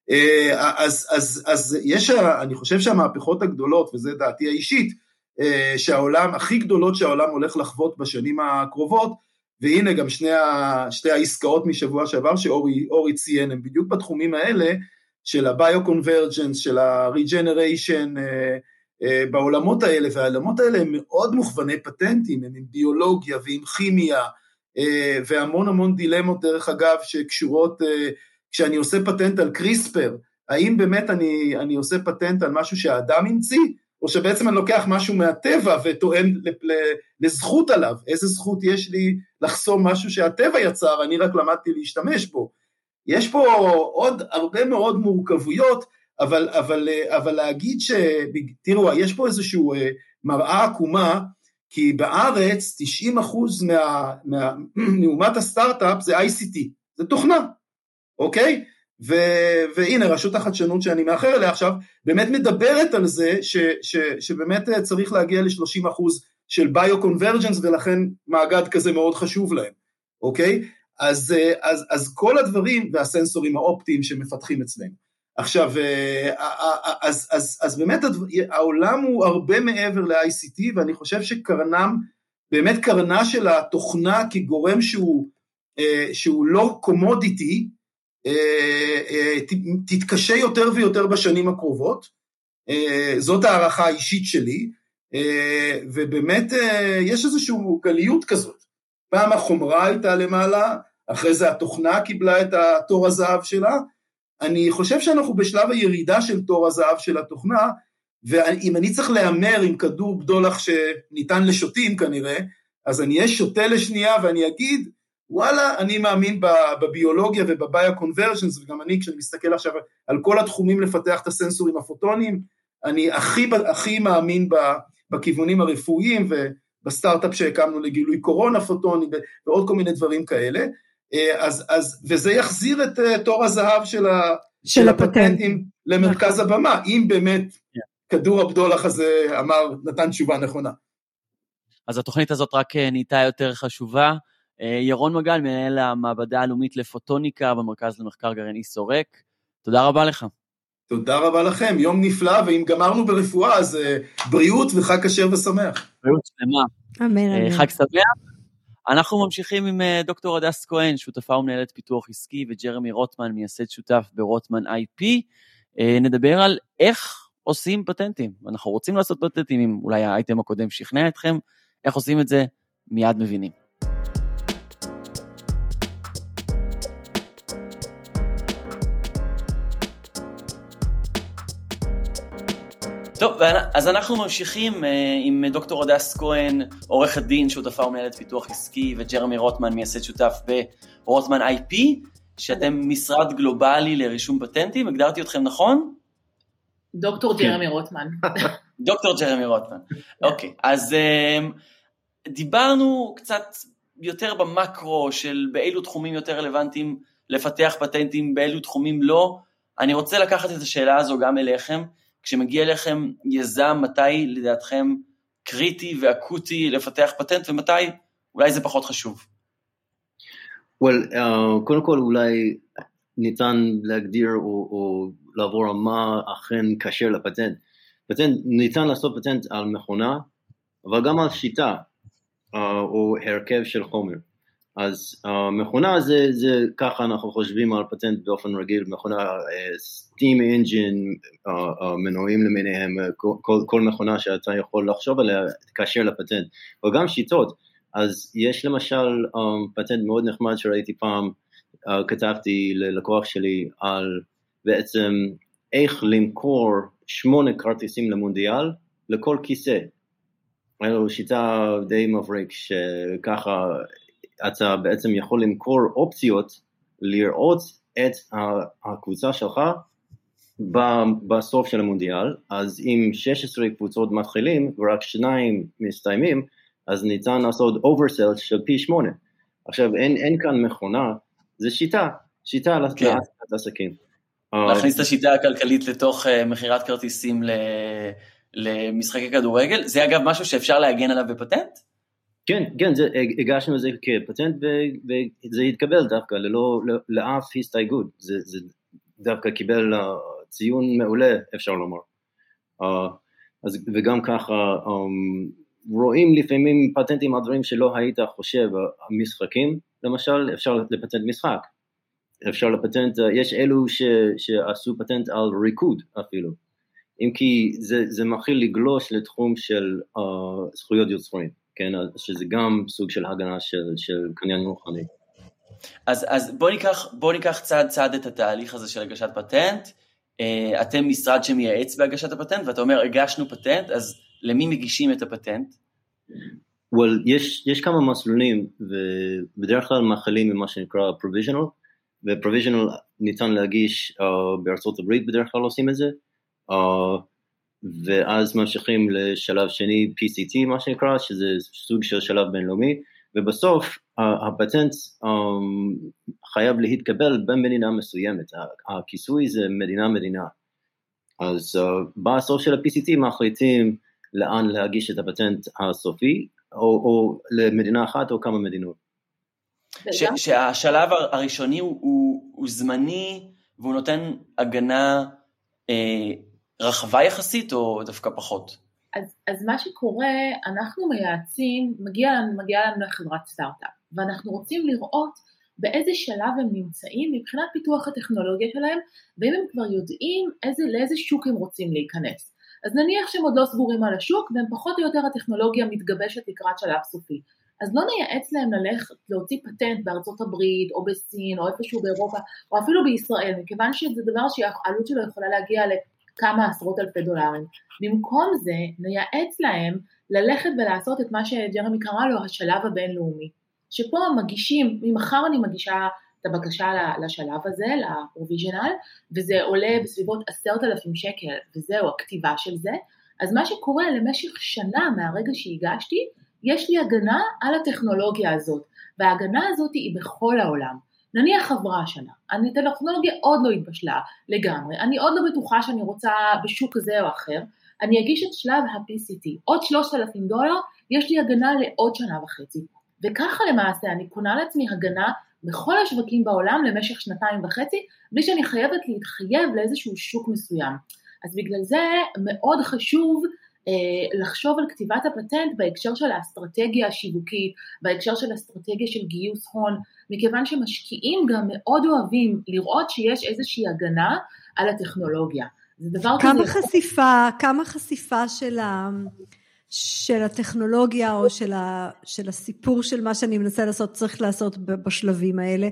אז, אז, אז יש, אני חושב שהמהפכות הגדולות, וזה דעתי האישית, שהעולם, הכי גדולות שהעולם הולך לחוות בשנים הקרובות, והנה גם שני, שתי העסקאות משבוע שעבר, שאורי ציין, הם בדיוק בתחומים האלה, של הביו-קונברג'נס, של הריג'נריישן, בעולמות האלה, והעולמות האלה הם מאוד מוכווני פטנטים, הם עם ביולוגיה ועם כימיה, והמון המון דילמות דרך אגב, שקשורות, כשאני עושה פטנט על קריספר, האם באמת אני, אני עושה פטנט על משהו שהאדם המציא, או שבעצם אני לוקח משהו מהטבע, וטוען לזכות עליו, איזה זכות יש לי לחסום משהו שהטבע יצר, אני רק למדתי להשתמש בו, יש פה עוד הרבה מאוד מורכבויות, אבל, אבל, אבל להגיד ש... תראו, יש פה איזשהו מראה עקומה, כי בארץ תשעים אחוז מה, מה, מאומת הסטארט-אפ זה איי סי טי, זה תוכנה, אוקיי? ו, והנה, רשות החדשנות שאני מאחר אליה עכשיו, באמת מדברת על זה, ש, ש, שבאמת צריך להגיע ל-שלושים אחוז של ביו-קונברג'נס, ולכן מאגד כזה מאוד חשוב להם, אוקיי? אז, אז, אז כל הדברים, והסנסורים האופטיים שמפתחים אצלנו. עכשיו, אז, אז, אז באמת העולם הוא הרבה מעבר ל-איי סי טי, ואני חושב שקרנם, באמת קרנה של התוכנה כגורם שהוא, שהוא לא קומודיטי, תתקשה יותר ויותר בשנים הקרובות, זאת הערכה האישית שלי, ובאמת יש איזושהי גליות כזאת. פעם החומרה הייתה למעלה, אחרי זה התוכנה קיבלה את התור הזהב שלה, אני חושב שאנחנו בשלב הירידה של תור הזהב של התוכנה, ואם אני צריך לאמר עם כדור בדולח שניתן לשוטים כנראה, אז אני אהיה שוטה לשנייה ואני אגיד, וואלה, אני מאמין בביולוגיה ובביו-קונברג'נס, וגם אני כשאני מסתכל עכשיו על כל התחומים לפתח את הסנסורים הפוטונים, אני הכי, הכי מאמין בכיוונים הרפואיים ובסטארט-אפ שהקמנו לגילוי קורונה פוטוני ועוד כל מיני דברים כאלה, אז, אז, וזה יחזיר את תור הזהב של, ה, של הפטנטים למרכז הבמה, אם באמת הכדור הבדולח הזה אמר, נתן תשובה נכונה. אז התוכנית הזאת רק נהייתה יותר חשובה. ירון מגל, מנהל המעבדה הלאומית לפוטוניקה במרכז למחקר גרעיני סורק. תודה רבה לך. תודה רבה לכם, יום נפלא, ואם גמרנו ברפואה, אז בריאות וחג כשר ושמח. בריאות שלמה. אמן, אמן. חג שמח. אנחנו ממשיכים עם דוקטור הדס כהן, שותפה ומנהלת פיתוח עסקי, וג'רמי רוטמן, מייסד שותף ברוטמן איי פי. נדבר על איך עושים פטנטים. אנחנו רוצים לעשות פטנטים, אם אולי האייטם הקודם שכנע אתכם, איך עושים את זה, מיד מבינים. טוב, אז אנחנו ממשיכים עם דוקטור הדס כהן, עורכת דין, שותפה ומנהלת פיתוח עסקי, וג'רמי רוטמן, מייסד שותף ברוטמן איי פי, שאתם משרד גלובלי לרישום פטנטים, הגדרתי אתכם נכון? דוקטור ג'רמי רוטמן. דוקטור ג'רמי רוטמן. אוקיי, אז דיברנו קצת יותר במקרו של באילו תחומים יותר רלוונטיים לפתח פטנטים, באילו תחומים לא. אני רוצה לקחת את השאלה הזו גם אליכם, כשמגיע אליכם יזם, מתי לדעתכם קריטי ואקוטי לפתח פטנט, ומתי אולי זה פחות חשוב? Well, uh, קודם כל אולי ניתן להגדיר או, או לעבור על מה אכן קשר לפטנט. פטנט, ניתן לעשות פטנט על מכונה, אבל גם על שיטה, uh, או הרכב של חומר. אז uh, מכונה זה, זה ככה אנחנו חושבים על פטנט באופן רגיל, מכונה uh, steam engine, uh, uh, מנועים למיניהם, uh, כל, כל מכונה שאתה יכול לחשוב עליה, קשר לפטנט. וגם שיטות, אז יש למשל um, פטנט מאוד נחמד שראיתי פעם, uh, כתבתי ללקוח שלי על בעצם איך למכור שמונה כרטיסים למונדיאל לכל כיסא. היה לו שיטה די מבריק שככה אתה בעצם יכול למכור אופציות לראות את הקבוצה שלך בסוף של המונדיאל, אז אם שש עשרה קבוצות מתחילים ורק שניים מסתיימים, אז ניתן לעשות oversell של פי שמונה. עכשיו אין, אין כאן מכונה, זה שיטה, שיטה כן. לעשות עסקים. להכניס את השיטה הכלכלית לתוך מחירת כרטיסים למשחקי כדורגל, זה אגב משהו שאפשר להגן עליו בפטנט? כן, כן, זה, הגשנו את זה כפטנט, וזה התקבל דווקא, ללא, לאף הסתייגות, זה, זה דווקא קיבל ציון מעולה, אפשר לומר. אז, וגם ככה, רואים לפעמים פטנטים על דברים שלא היית חושב, המשחקים, למשל, אפשר לפטנט משחק, אפשר לפטנט, יש אלו ש, שעשו פטנט על ריקוד אפילו, אם כי זה, זה מתחיל לגלוש לתחום של uh, זכויות יוצרים, כן, שזה גם סוג של הגנה של, של קניין רוחני. אז, אז בוא ניקח, בוא ניקח צעד צעד את התהליך הזה של הגשת פטנט, אתם משרד שמייעץ בהגשת הפטנט, ואתה אומר, הגשנו פטנט, אז למי מגישים את הפטנט? Well, יש, יש כמה מסלולים, ובדרך כלל מאחלים ממה שנקרא provisional, ו-provisional ניתן להגיש uh, בארצות הברית, בדרך כלל עושים את זה, uh, ואז ממשיכים לשלב שני, פי סי טי, מה שנקרא, שזה סוג של שלב בינלאומי, ובסוף uh, הפטנט um, חייב להתקבל במדינה מסוימת, הכיסוי זה מדינה-מדינה, אז uh, בסוף של ה-פי סי טי מחליטים לאן להגיש את הפטנט הסופי, או, או למדינה אחת או כמה מדינות. ש, שהשלב הראשוני הוא, הוא, הוא זמני, והוא נותן הגנה אה, רחבה יחסית, או דווקא פחות? אז, אז מה שקורה, אנחנו מייעצים, מגיע לנו, מגיע לנו לחברת סטארט-אפ, ואנחנו רוצים לראות באיזה שלב הם נמצאים, מבחינת פיתוח הטכנולוגיה שלהם, ואם הם כבר יודעים איזה, לאיזה שוק הם רוצים להיכנס. אז נניח שהם עוד לא סגורים על השוק, והם פחות או יותר הטכנולוגיה מתגבשת לקראת שלב סופי. אז לא נייעץ להם ללכת להוציא פטנט בארצות הברית, או בסין, או איפשהו באירופה, או אפילו בישראל, מכיוון שזה דבר שהעלות שלו יכולה להגיע לכמה עשרות אלפי דולרים. במקום זה, נייעץ להם ללכת ולעשות את מה שג'רמי קרא לו, השלב הבינלאומי. שפה מגישים, ממחר אני מגישה את הבקשה לשלב הזה, לפרוביז'נל, וזה עולה בסביבות עשרת אלפים שקל, וזהו, הכתיבה של זה. אז מה שקורה למשך שנה מהרגע שהגשתי, יש לי הגנה על הטכנולוגיה הזאת, וההגנה הזאת היא בכל העולם. נניח עברה השנה, הטכנולוגיה עוד לא התבשלה לגמרי, אני עוד לא בטוחה שאני רוצה בשוק כזה או אחר, אני אגיש את שלב ה-פי סי טי, עוד שלושת אלפים דולר, יש לי הגנה לעוד שנה וחצי, וככה למעשה אני קונה לעצמי הגנה בכל השווקים בעולם למשך שנתיים וחצי, בלי שאני חייבת להתחייב לאיזשהו שוק מסוים. אז בגלל זה מאוד חשוב אה, לחשוב על כתיבת הפטנט בהקשר של האסטרטגיה השיווקית, בהקשר של האסטרטגיה של גיוס הון, מכיוון שמשקיעים גם מאוד אוהבים לראות שיש איזושהי הגנה על הטכנולוגיה. זה דבר כמה כזה... חשיפה, כמה חשיפה של ה... של הטכנולוגיה או של, ה, של הסיפור של מה שאני מנסה לעשות, צריך לעשות בשלבים האלה?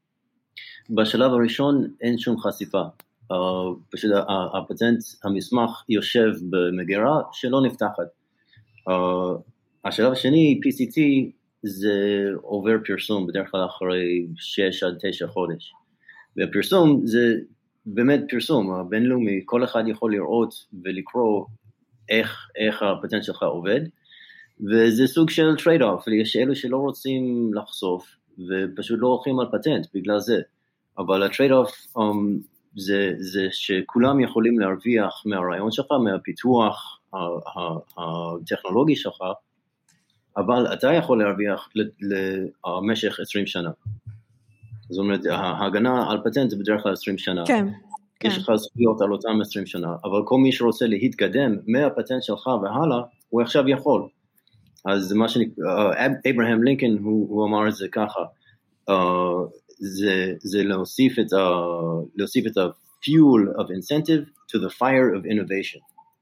בשלב הראשון אין שום חשיפה. Uh, פשוט הפטנט, המסמך יושב במגירה שלא נפתחת. Uh, השלב השני, פי סי טי, זה עובר פרסום, בדרך כלל אחרי שש עד תשע חודש. והפרסום זה באמת פרסום, הבינלאומי, כל אחד יכול לראות ולקרוא איך, איך הפטנט שלך עובד, וזה סוג של טרייד-אוף, יש אלו שלא רוצים לחשוף, ופשוט לא הולכים על פטנט בגלל זה, אבל הטרייד-אוף um, זה, זה שכולם יכולים להרוויח מהרעיון שלך, מהפיתוח הטכנולוגי שלך, אבל אתה יכול להרוויח למשך עשרים שנה. זאת אומרת, ההגנה על פטנט זה בדרך כלל עשרים שנה. כן. יש לך זכויות על אותם עשרים שנה, אבל כל מי שרוצה להתקדם מהפטנט שלך והלאה, הוא עכשיו יכול. אז מה שנקרא, אברהם לינקולן, הוא, הוא אמר את זה ככה, uh, זה, זה להוסיף את ה, להוסיף את ה-fuel of incentive to the fire of innovation.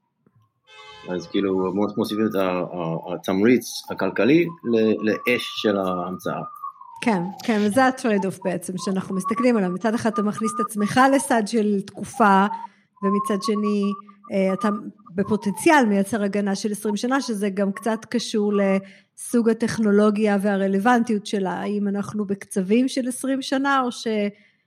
אז כאילו, מוסיפים את התמריץ הכלכלי לאש של ההמצאה. כן, כן, וזה הטרייד-אוף בעצם, שאנחנו מסתכלים עליו. מצד אחד אתה מכניס את עצמך לסד של תקופה, ומצד שני אתה בפוטנציאל מייצר הגנה של עשרים שנה, שזה גם קצת קשור לסוג הטכנולוגיה והרלוונטיות שלה, האם אנחנו בקצבים של עשרים שנה, או, ש,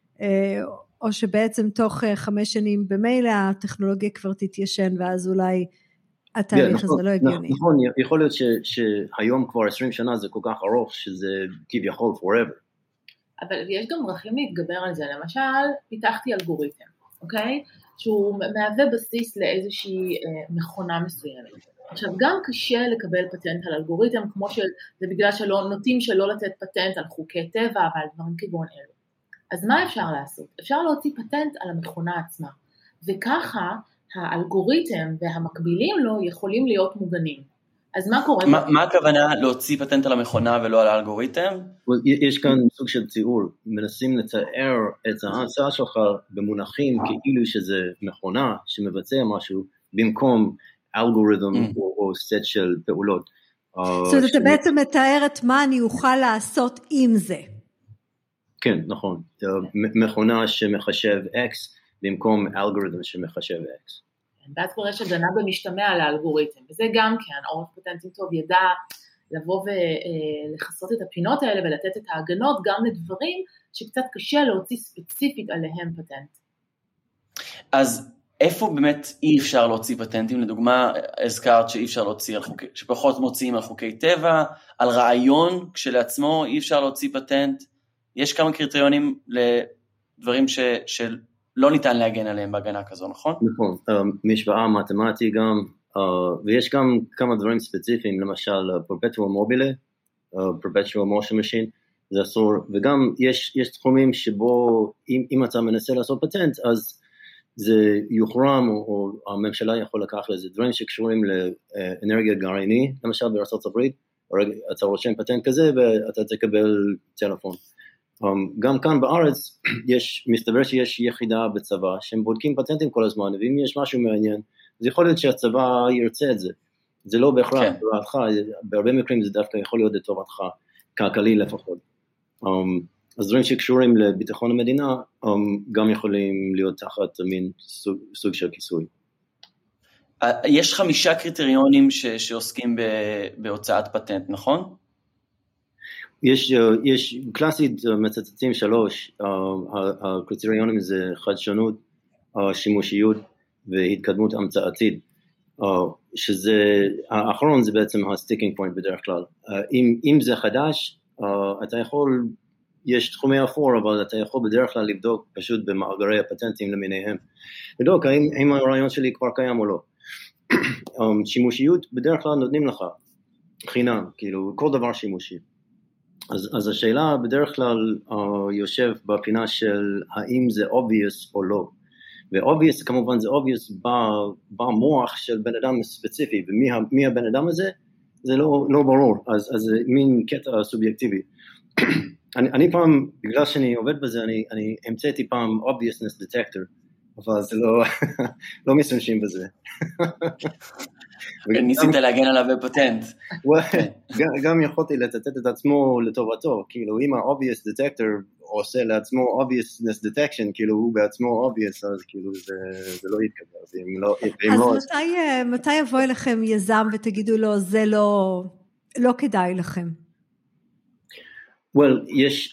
או שבעצם תוך חמש שנים במילא הטכנולוגיה כבר תתיישן, ואז אולי התהליך הזה לא הגיוני. נכון, יכול להיות שהיום כבר עשרים שנה זה כל כך ארוך, שזה כביכול forever. אבל יש גם דרכים להתגבר על זה, למשל, פיתחתי אלגוריתם, אוקיי? שהוא מהווה בסיס לאיזושהי מכונה מסוימת. עכשיו, גם קשה לקבל פטנט על אלגוריתם, כמו שזה בגלל שלא, נוטים שלא לתת פטנט על חוקי טבע, ועל דברים כגון אלו. אז מה אפשר לעשות? אפשר להוציא פטנט על המכונה עצמה, וככה, האלגוריתם והמקבילים לו יכולים להיות מוגנים. אז מה קורה? מה, מה הכוונה להוציא פטנט על המכונה ולא על האלגוריתם? יש כאן סוג של ציור, מנסים לתאר את ההמצאה שלך במונחים כאילו שזה מכונה שמבצע משהו, במקום אלגוריתם או, או סט של פעולות. זאת אומרת, אתה בעצם מתאר את מה אני אוכל לעשות עם זה. כן, נכון. מכונה שמחשב X, במקום אלגוריתם שמחשב X. ואז כבר יש הגנה במשתמע על האלגוריתם, וזה גם כן, עורך פטנטים טוב ידע לבוא ולחסות את הפינות האלה, ולתת את ההגנות גם לדברים שקצת קשה להוציא ספציפית עליהם פטנט. אז איפה באמת אי אפשר להוציא פטנטים? לדוגמה, הזכרת שאי אפשר להוציא על חוקי, שפחות מוציאים על חוקי טבע, על רעיון כשלעצמו אי אפשר להוציא פטנט, יש כמה קריטריונים לדברים ש, של לא ניתן להגן עליהם בהגנה כזו, נכון? נכון, משוואה מתמטי גם, ויש גם כמה דברים ספציפיים, למשל perpetual mobile, perpetual motion machine, זה אסור, וגם יש, יש תחומים שבו אם, אם אתה מנסה לעשות פטנט, אז זה יוחרם, או, או הממשלה יכול לקח לזה, דברים שקשורים לאנרגיה גרעיני, למשל בארצות הברית, אתה רושם פטנט כזה ואתה תקבל טלפון. Um, גם כאן בארץ יש, מסתבר שיש יחידה בצבא שהם בודקים פטנטים כל הזמן, ואם יש משהו מעניין, אז יכול להיות שהצבא ירצה את זה. זה לא בהכרח, כן. ברעתך, בהרבה מקרים זה דווקא יכול להיות לטובתך, כלכלי לפחות. Um, אז דברים שקשורים לביטחון המדינה, um, גם יכולים להיות תחת מין סוג, סוג של כיסוי. יש חמישה קריטריונים ש, שעוסקים ב, בהוצאת פטנט, נכון? יש, יש קלאסית מצטטים שלוש, הקריטריונים זה חדשנות, שימושיות והתקדמות המצאתית, שזה, האחרון זה בעצם הסטיקינג פוינט בדרך כלל. אם, אם זה חדש, אתה יכול, יש תחומי אפור, אבל אתה יכול בדרך כלל לבדוק פשוט במאגרי הפטנטים למיניהם. לבדוק, האם, האם הרעיון שלי כבר קיים או לא. שימושיות בדרך כלל נותנים לך חינם, כאילו כל דבר שימושי. אז, אז השאלה בדרך כלל uh, יושב בפינה של האם זה obvious או לא. ו-obvious כמובן זה obvious במוח של בן אדם ספציפי, ומי הבן אדם הזה? זה לא, לא ברור, אז, אז זה מין קטע סובייקטיבי. אני, אני פעם, בגלל שאני עובד בזה, אני, אני המצאתי פעם obviousness detector, אבל זה לא, לא משתמשים בזה. ניסית להגן עליו בפטנט. גם יכולתי לצטט את עצמו לטובתו, כאילו אם ה-obvious detector עושה לעצמו obviousness detection, כאילו הוא בעצמו obvious, אז כאילו זה לא יתקבל. אז מתי יבוא אליכם יזם ותגידו לו, זה לא כדאי לכם? Well,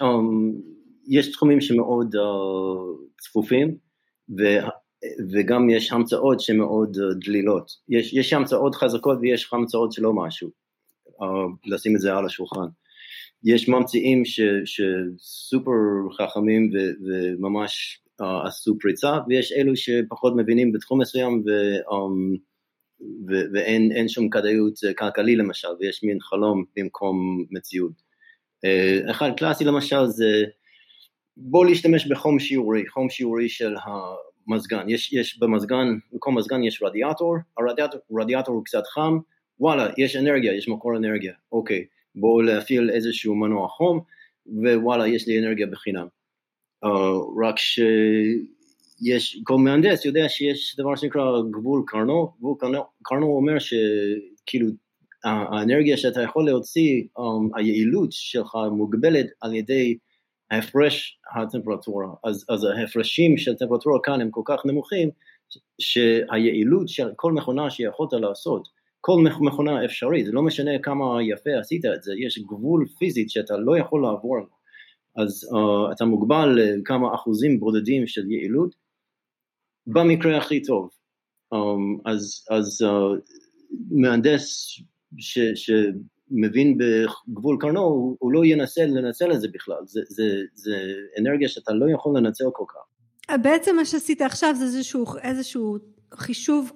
יש תחומים שמאוד צפופים, ו... וגם יש המצאות שמאוד דלילות. יש, יש המצאות חזקות ויש המצאות שלא משהו. Uh, לשים את זה על השולחן. יש ממציאים ש, שסופר חכמים ו, וממש uh, עשו פריצה, ויש אלו שפחות מבינים בתחום מסוים ו, um, ו, ואין אין שום כדאיות כלכלי למשל, ויש מין חלום במקום מציאות. Uh, אחד קלאסי למשל זה, בוא להשתמש בחום שיעורי, חום שיעורי של ה... מזגן, יש, יש במזגן, במקום מזגן יש רדיאטור, הרדיאטור, הרדיאטור הוא קצת חם, וואלה, יש אנרגיה, יש מקור אנרגיה, אוקיי, בואו להפעיל איזשהו מנוע חום, ווואלה, יש לי אנרגיה בחינם. Uh, רק שיש, כל מהנדס יודע שיש דבר שנקרא גבול קרנו, גבול קרנו, קרנו אומר שכאילו, האנרגיה שאתה יכול להוציא, um, היעילות שלך מוגבלת על ידי, ההפרש הטמפרטורה, אז, אז ההפרשים של טמפרטורה כאן הם כל כך נמוכים, שהיעילות של כל מכונה שיכולת לעשות, כל מכונה אפשרית, זה לא משנה כמה יפה עשית את זה, יש גבול פיזית שאתה לא יכול לעבור, אז uh, אתה מוגבל לכמה אחוזים בודדים של יעילות, במקרה הכי טוב, um, אז, אז uh, מהנדס ש... ש מבין בגבול קרנו, הוא, הוא לא ינסה לנצל את זה בכלל, זה, זה, זה אנרגיה שאתה לא יכול לנצל כל כך. בעצם מה שעשית עכשיו זה איזשהו, איזשהו חישוב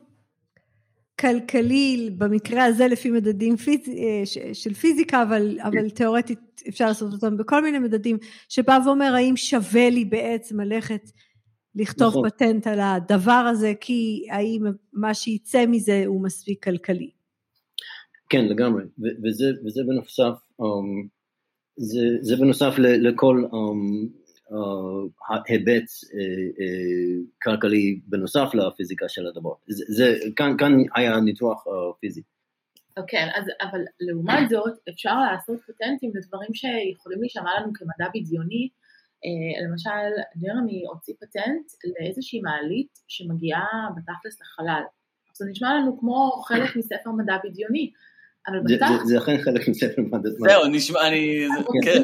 כלכלי, במקרה הזה לפי מדדים פיז, של פיזיקה, אבל, אבל תיאורטית אפשר לעשות אותם בכל מיני מדדים, שבא ואומר האם שווה לי בעצם ללכת לכתוב נכון. פטנט על הדבר הזה, כי האם מה שיצא מזה הוא מספיק כלכלי. כן, לגמרי, וזה, וזה בנוסף, um, זה, זה בנוסף לכל um, uh, היבט uh, uh, כלכלי בנוסף לפיזיקה של הדבר. זה, זה, כאן, כאן היה ניתוח uh, פיזי. כן, אז, אבל לעומת זאת, אפשר לעשות פטנטים לדברים שיכולים להישמע לנו כמדע בדיוני, uh, למשל, ג'רמי הוציא פטנט לאיזושהי מעלית שמגיעה בתכלס לחלל. זה נשמע לנו כמו חלק מספר מדע בדיוני, אבל בתכלס... זה אכן חלק מספר מדע. זהו, נשמע, אני... כן.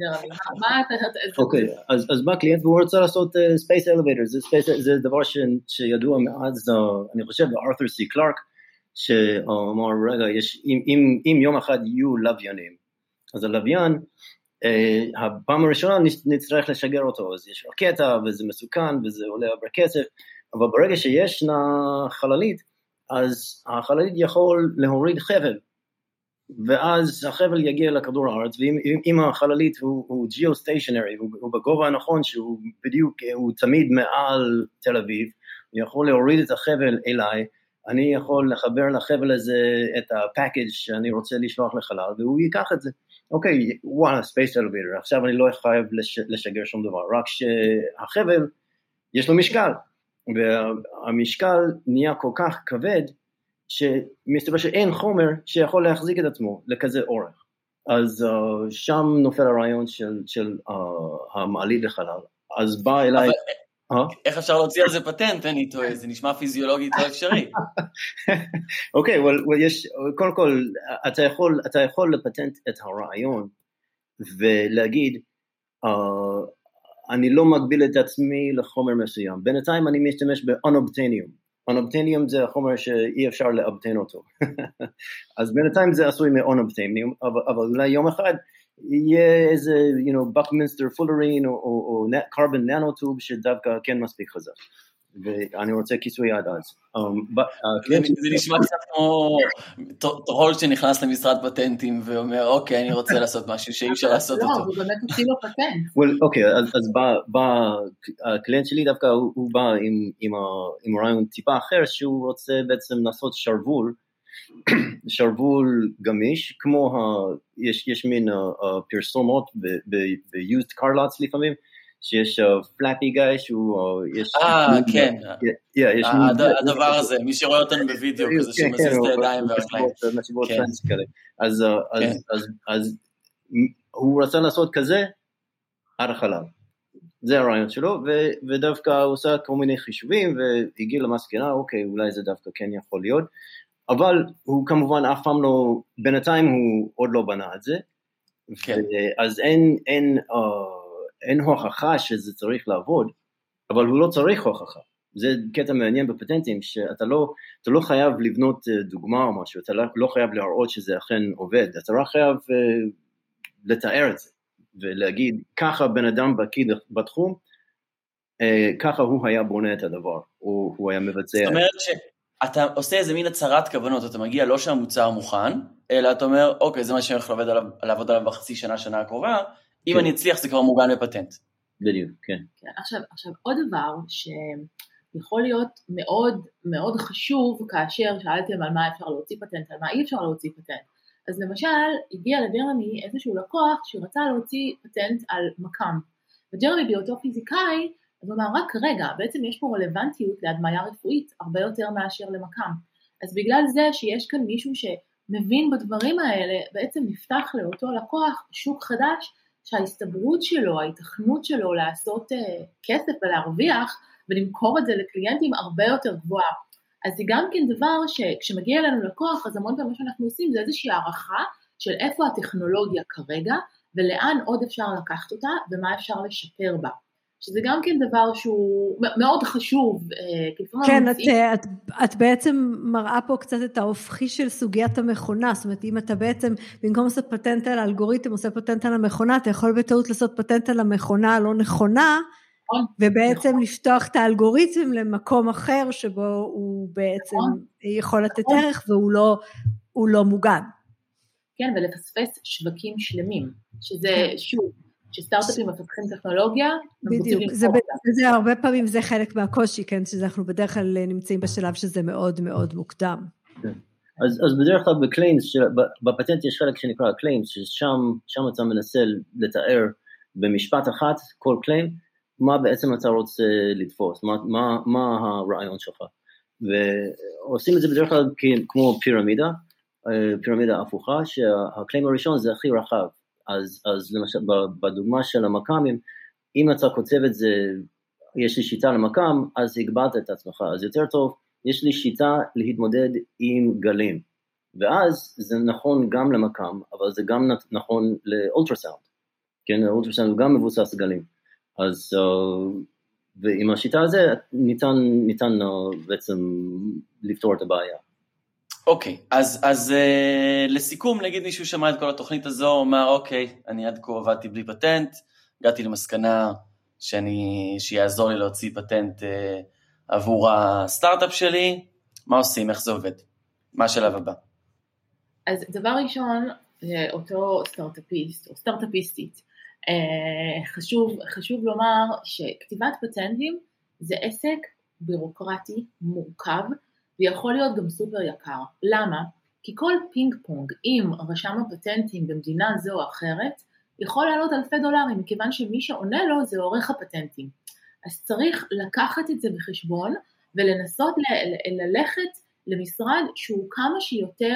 אוקיי, אז בא קליינט והוא רוצה לעשות Space Elevator, זה דבר שידוע מאז, אני חושב, ארת'ר סי קלארק, שאמר, רגע, אם יום אחד יהיו לוויינים, אז הלוויין, הפעם הראשונה נצטרך לשגר אותו, אז יש רקטה וזה מסוכן וזה עולה הרבה כסף, אבל ברגע שיש חללית, אז החללית יכול להוריד חבל, ואז החבל יגיע לכדור הארץ, ואם החללית הוא, הוא geostationary, הוא, הוא בגובה הנכון, שהוא בדיוק, הוא תמיד מעל תל אביב, הוא יכול להוריד את החבל אליי, אני יכול לחבר לחבל הזה את הפאקג' שאני רוצה לשלוח לחלל, והוא ייקח את זה. אוקיי, וואלה, Space Elevator, עכשיו אני לא חייב לש, לשגר שום דבר, רק שהחבל יש לו משקל, והמשקל נהיה כל כך כבד, שמסתבר שאין חומר שיכול להחזיק את עצמו לכזה אורך. אז uh, שם נופל הרעיון של, של uh, המעלית לחלל. אז בא אליי... אבל, uh? איך אפשר להוציא על זה פטנט? אני טועה, זה נשמע פיזיולוגית לא אפשרי. אוקיי, well, well, יש, קודם כל, אתה יכול, אתה יכול לפטנט את הרעיון, ולהגיד, uh, אני לא מגביל את עצמי לחומר מסוים. בינתיים אני משתמש ב-unobtainium. unobtainium זה החומר שאי אפשר לאבטן אותו. אז בינתיים זה עשוי מ-unobtainium, אבל, אבל אולי יום אחד יהיה איזה, you know, Buckminster fullerene או, או, או carbon nanotube שדווקא כן מספיק חזק. ואני רוצה כיסוי יד אז. זה נשמע קצת כמו טרול שנכנס למשרד פטנטים ואומר, אוקיי, אני רוצה לעשות משהו שאי אפשר לעשות אותו. לא, זה באמת עושים לו פטנט. אוקיי, אז הקליינט שלי דווקא הוא בא עם רעיון טיפה אחר, שהוא רוצה בעצם לעשות שרוול, שרוול גמיש, כמו יש מין פרסומות ב-used car lots לפעמים, שיש פלאפי גאי שהוא... אה, כן. הדבר הזה, מי שרואה אותנו בווידאו, כזה שמזיז את הידיים והרגליים. אז הוא רצה לעשות כזה עד החלב. זה הרעיון שלו, ודווקא הוא עושה כל מיני חישובים, והגיע למסקנה, אוקיי, אולי זה דווקא כן יכול להיות, אבל הוא כמובן אף פעם לא, בינתיים הוא עוד לא בנה את זה, אז אין, אין, אין הוכחה שזה צריך לעבוד, אבל הוא לא צריך הוכחה. זה קטע מעניין בפטנטים, שאתה לא, אתה לא חייב לבנות דוגמה או משהו, אתה לא חייב להראות שזה אכן עובד, אתה רק חייב לתאר את זה, ולהגיד, ככה בן אדם בקיא בתחום, ככה הוא היה בונה את הדבר, הוא, הוא היה מבצע. זאת אומרת שאתה עושה איזה מין הצהרת כוונות, אתה מגיע לא שהמוצר מוכן, אלא אתה אומר, אוקיי, זה מה שאני הולך לעבוד עליו בחצי שנה, שנה הקרובה, אם אני אצליח זה כבר מוגן בפטנט. בדיוק, כן. עכשיו, עכשיו עוד דבר שיכול להיות מאוד מאוד חשוב, כאשר שאלתם על מה אפשר להוציא פטנט, על מה אי אפשר להוציא פטנט. אז למשל, הגיע לג'רמי איזשהו לקוח שרצה להוציא פטנט על מקם. וג'רמי בהיותו פיזיקאי, אז הוא אמר, רק רגע, בעצם יש פה רלוונטיות להדמיה רפואית, הרבה יותר מאשר למקם. אז בגלל זה שיש כאן מישהו שמבין בדברים האלה, בעצם נפתח לאותו לקוח שוק חדש, שההסתברות שלו, ההתכנות שלו לעשות uh, כסף ולהרוויח, ולמכור את זה לקליינטים הרבה יותר גבוהה. אז זה גם כן דבר שכשמגיע אלינו לקוח, אז המון פעמים מה שאנחנו עושים, זה איזושהי הערכה של איפה הטכנולוגיה כרגע, ולאן עוד אפשר לקחת אותה, ומה אפשר לשפר בה. שזה גם כן דבר שהוא מאוד חשוב. כן, את, את, את בעצם מראה פה קצת את ההופכי של סוגיית המכונה, זאת אומרת, אם אתה בעצם, במקום לעשות פטנט על האלגוריתם, עושה פטנט על המכונה, אתה יכול בטעות לעשות פטנט על המכונה הלא נכונה, ובעצם לפתוח את האלגוריתם למקום אחר, שבו הוא בעצם יכול לתת ערך, והוא לא, הוא לא מוגן. כן, ולפספס שווקים שלמים, שזה שוב, שסטארט-אפים מפתחים טכנולוגיה, בדיוק, זה, זה הרבה פעמים זה חלק מהקושי, כן, שאנחנו בדרך כלל נמצאים בשלב שזה מאוד מאוד מוקדם. אז, אז בדרך כלל בקליימס, בפטנט יש חלק שנקרא קליימס, ששם שם אתה מנסה לתאר במשפט אחת, כל קליים, מה בעצם אתה רוצה לתפוס, מה, מה, מה הרעיון שלך. ועושים את זה בדרך כלל כמו פירמידה, פירמידה הפוכה, שהקליים הראשון זה הכי רחב. אז, אז למשל, בדוגמה של המקאמים, אם אתה כותב את זה, יש לי שיטה למקאם, אז הגבלת את עצמך, אז יותר טוב, יש לי שיטה להתמודד עם גלים, ואז זה נכון גם למקאם, אבל זה גם נכון לאולטרסאונד, כן, האולטרסאונד הוא גם מבוסס גלים, אז, ועם השיטה הזה, ניתן, ניתן בעצם לפתור את הבעיה. אוקיי, okay, אז, אז uh, לסיכום, נגיד מישהו שמע את כל התוכנית הזו, אומר, אוקיי, okay, אני עד כה עבדתי בלי פטנט, הגעתי למסקנה שאני, שיעזור לי להוציא פטנט uh, עבור הסטארט-אפ שלי, מה עושים, איך זה עובד? מה השלב הבא? אז דבר ראשון, אותו סטארט-אפיסט או סטארט-אפיסטית, uh, חשוב, חשוב לומר שכתיבת פטנטים זה עסק בירוקרטי מורכב, ויכול להיות גם סופר יקר. למה? כי כל פינג פונג עם רשם הפטנטים במדינה זו או אחרת, יכול לעלות אלפי דולרים, מכיוון שמי שעונה לו זה עורך הפטנטים. אז צריך לקחת את זה בחשבון, ולנסות ל- ללכת למשרד שהוא כמה שיותר,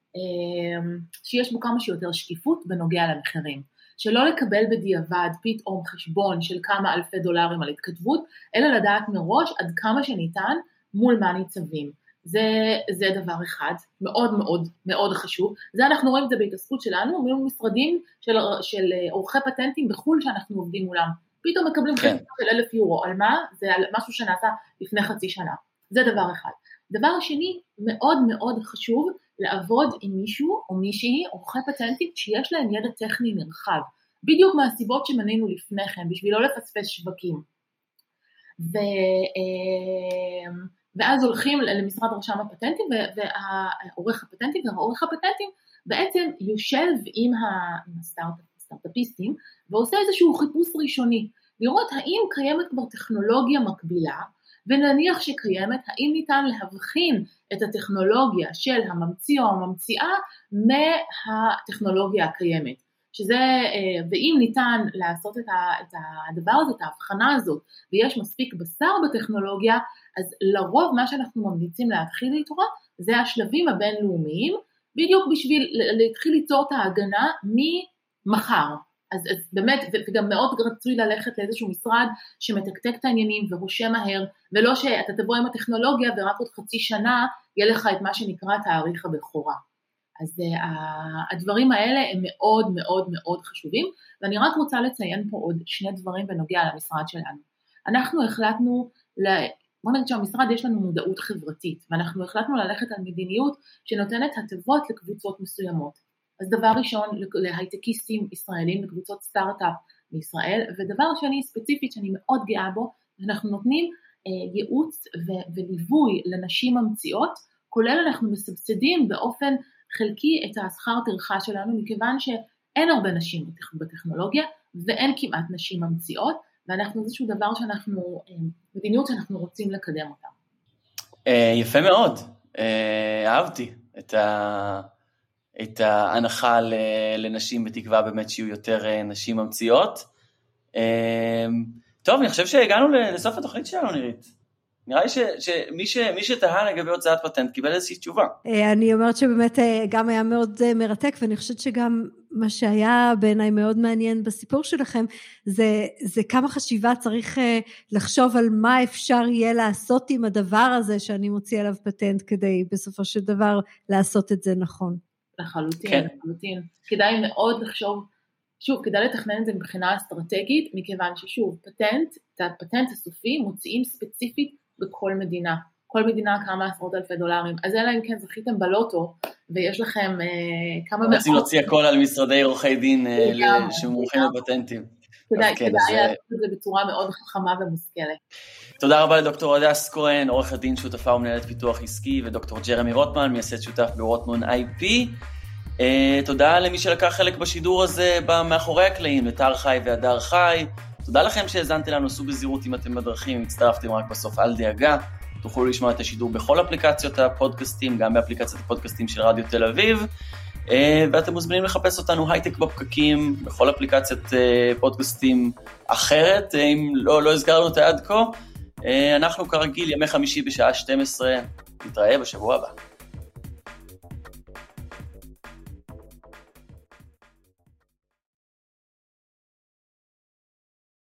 שיש בו כמה שיותר שקיפות בנוגע למחירים. שלא לקבל בדיעבד פתאום חשבון של כמה אלפי דולרים על התכתבות, אלא לדעת מראש עד כמה שניתן מול מה ניצבים. זה, זה דבר אחד, מאוד מאוד מאוד חשוב. זה אנחנו רואים את זה בהתעסקות שלנו, מול משרדים של, של עורכי פטנטים בחול שאנחנו עובדים מולם. פתאום מקבלים כן. חשבון של אלף יורו, על מה? זה על משהו שנעשה לפני חצי שנה. זה דבר אחד. דבר שני, מאוד מאוד חשוב לעבוד עם מישהו או מישהי, עורכי פטנטים, שיש להם ידע טכני נרחב. בדיוק מהסיבות שמנינו לפני כן, בשביל לא לפספס שווקים. ו, ואז הולכים למשרד רשם הפטנטים, והעורך הפטנטים, והעורך הפטנטים בעצם יושב עם הסטארט-אפיסטים, ועושה איזשהו חיפוש ראשוני, לראות האם קיימת כבר טכנולוגיה מקבילה, ונניח שקיימת, האם ניתן להבחין את הטכנולוגיה של הממציא או הממציאה מהטכנולוגיה הקיימת. שזה, ואם ניתן לעשות את הדבר הזה, את ההבחנה הזאת, ויש מספיק בשר בטכנולוגיה, אז לרוב מה שאנחנו ממליצים להתחיל לתרוא, זה השלבים הבינלאומיים, בדיוק בשביל להתחיל ליצור את ההגנה ממחר. אז, אז באמת, וגם מאוד רצוי ללכת לאיזשהו משרד שמתקתק את העניינים ורושם מהר, ולא שאתה תבוא עם הטכנולוגיה ורק עוד חצי שנה יהיה לך את מה שנקרא תאריך הבכורה. אז uh, הדברים האלה הם מאוד מאוד מאוד חשובים, ואני רק רוצה לציין פה עוד שני דברים בנוגע למשרד שלנו. אנחנו החלטנו, בוא נגיד שהמשרד יש לנו מודעות חברתית, ואנחנו החלטנו ללכת על מדיניות שנותנת הטבות לקבוצות מסוימות. אז דבר ראשון, להייטקיסטים ישראלים, לקבוצות סטארט-אפ מישראל, ודבר שני ספציפית שאני מאוד גאה בו, אנחנו נותנים אה, ייעוץ ו- וליווי לנשים ממציאות, כולל אנחנו מסבסדים באופן חלקי את השכר טרחה שלנו, מכיוון שאין הרבה נשים בטכנולוגיה, ואין כמעט נשים ממציאות, ואנחנו איזשהו דבר שאנחנו, אה, מדיניות שאנחנו רוצים לקדם אותה. אה, יפה מאוד, אה, אהבתי את ה... את ההנחה לנשים בתקווה באמת שיהיו יותר נשים ממציאות. טוב, אני חושב שהגענו לסוף התוכנית שלנו, נירית. נראה לי שמי שתהה לגבי הוצאת פטנט קיבל איזושהי תשובה. אני אומרת שבאמת גם היה מאוד מרתק, ואני חושבת שגם מה שהיה בעיניי מאוד מעניין בסיפור שלכם, זה, זה כמה חשיבה צריך לחשוב על מה אפשר יהיה לעשות עם הדבר הזה, שאני מוציא עליו פטנט, כדי בסופו של דבר לעשות את זה נכון. לחלוטין, כן. לחלוטין. כדאי מאוד לחשוב, שוב, כדאי לתכנן את זה מבחינה אסטרטגית, מכיוון ששוב, פטנט, את הפטנט הסופי מוציאים ספציפית בכל מדינה. כל מדינה כמה עשרות אלפי דולרים. אז אלא אם כן זכיתם בלוטו, ויש לכם אה, כמה מאות... רוצים להוציא הכל על משרדי עורכי דין אה, שמומחים לפטנטים. כדאי, כדאי לעשות את זה בצורה מאוד חכמה ומושכלת. תודה רבה לדוקטור הדס כהן, עורכת דין שותפה ומנהלת פיתוח עסקי, ודוקטור ג'רמי רוטמן, מייסד שותף ברוטמן איי פי. Uh, תודה למי שלקח חלק בשידור הזה מאחורי הקלעים, לטל חי והדר חי. תודה לכם שהזנתם לנו, סעו בזהירות אם אתם בדרכים, אם הצטרפתם רק בסוף, אל דאגה. תוכלו לשמוע את השידור בכל אפליקציות הפודקאסטים, גם באפליקציית הפודקאסטים של רדיו תל אביב. Uh, ואתם מוזמנים לחפש אותנו הייטק בפקקים, בכל אפליקציית uh, פודקאסטים אחרת, אם לא, לא הזכרנו אותה עד כה. Uh, אנחנו כרגיל ימי חמישי בשעה שתים עשרה, נתראה בשבוע הבא.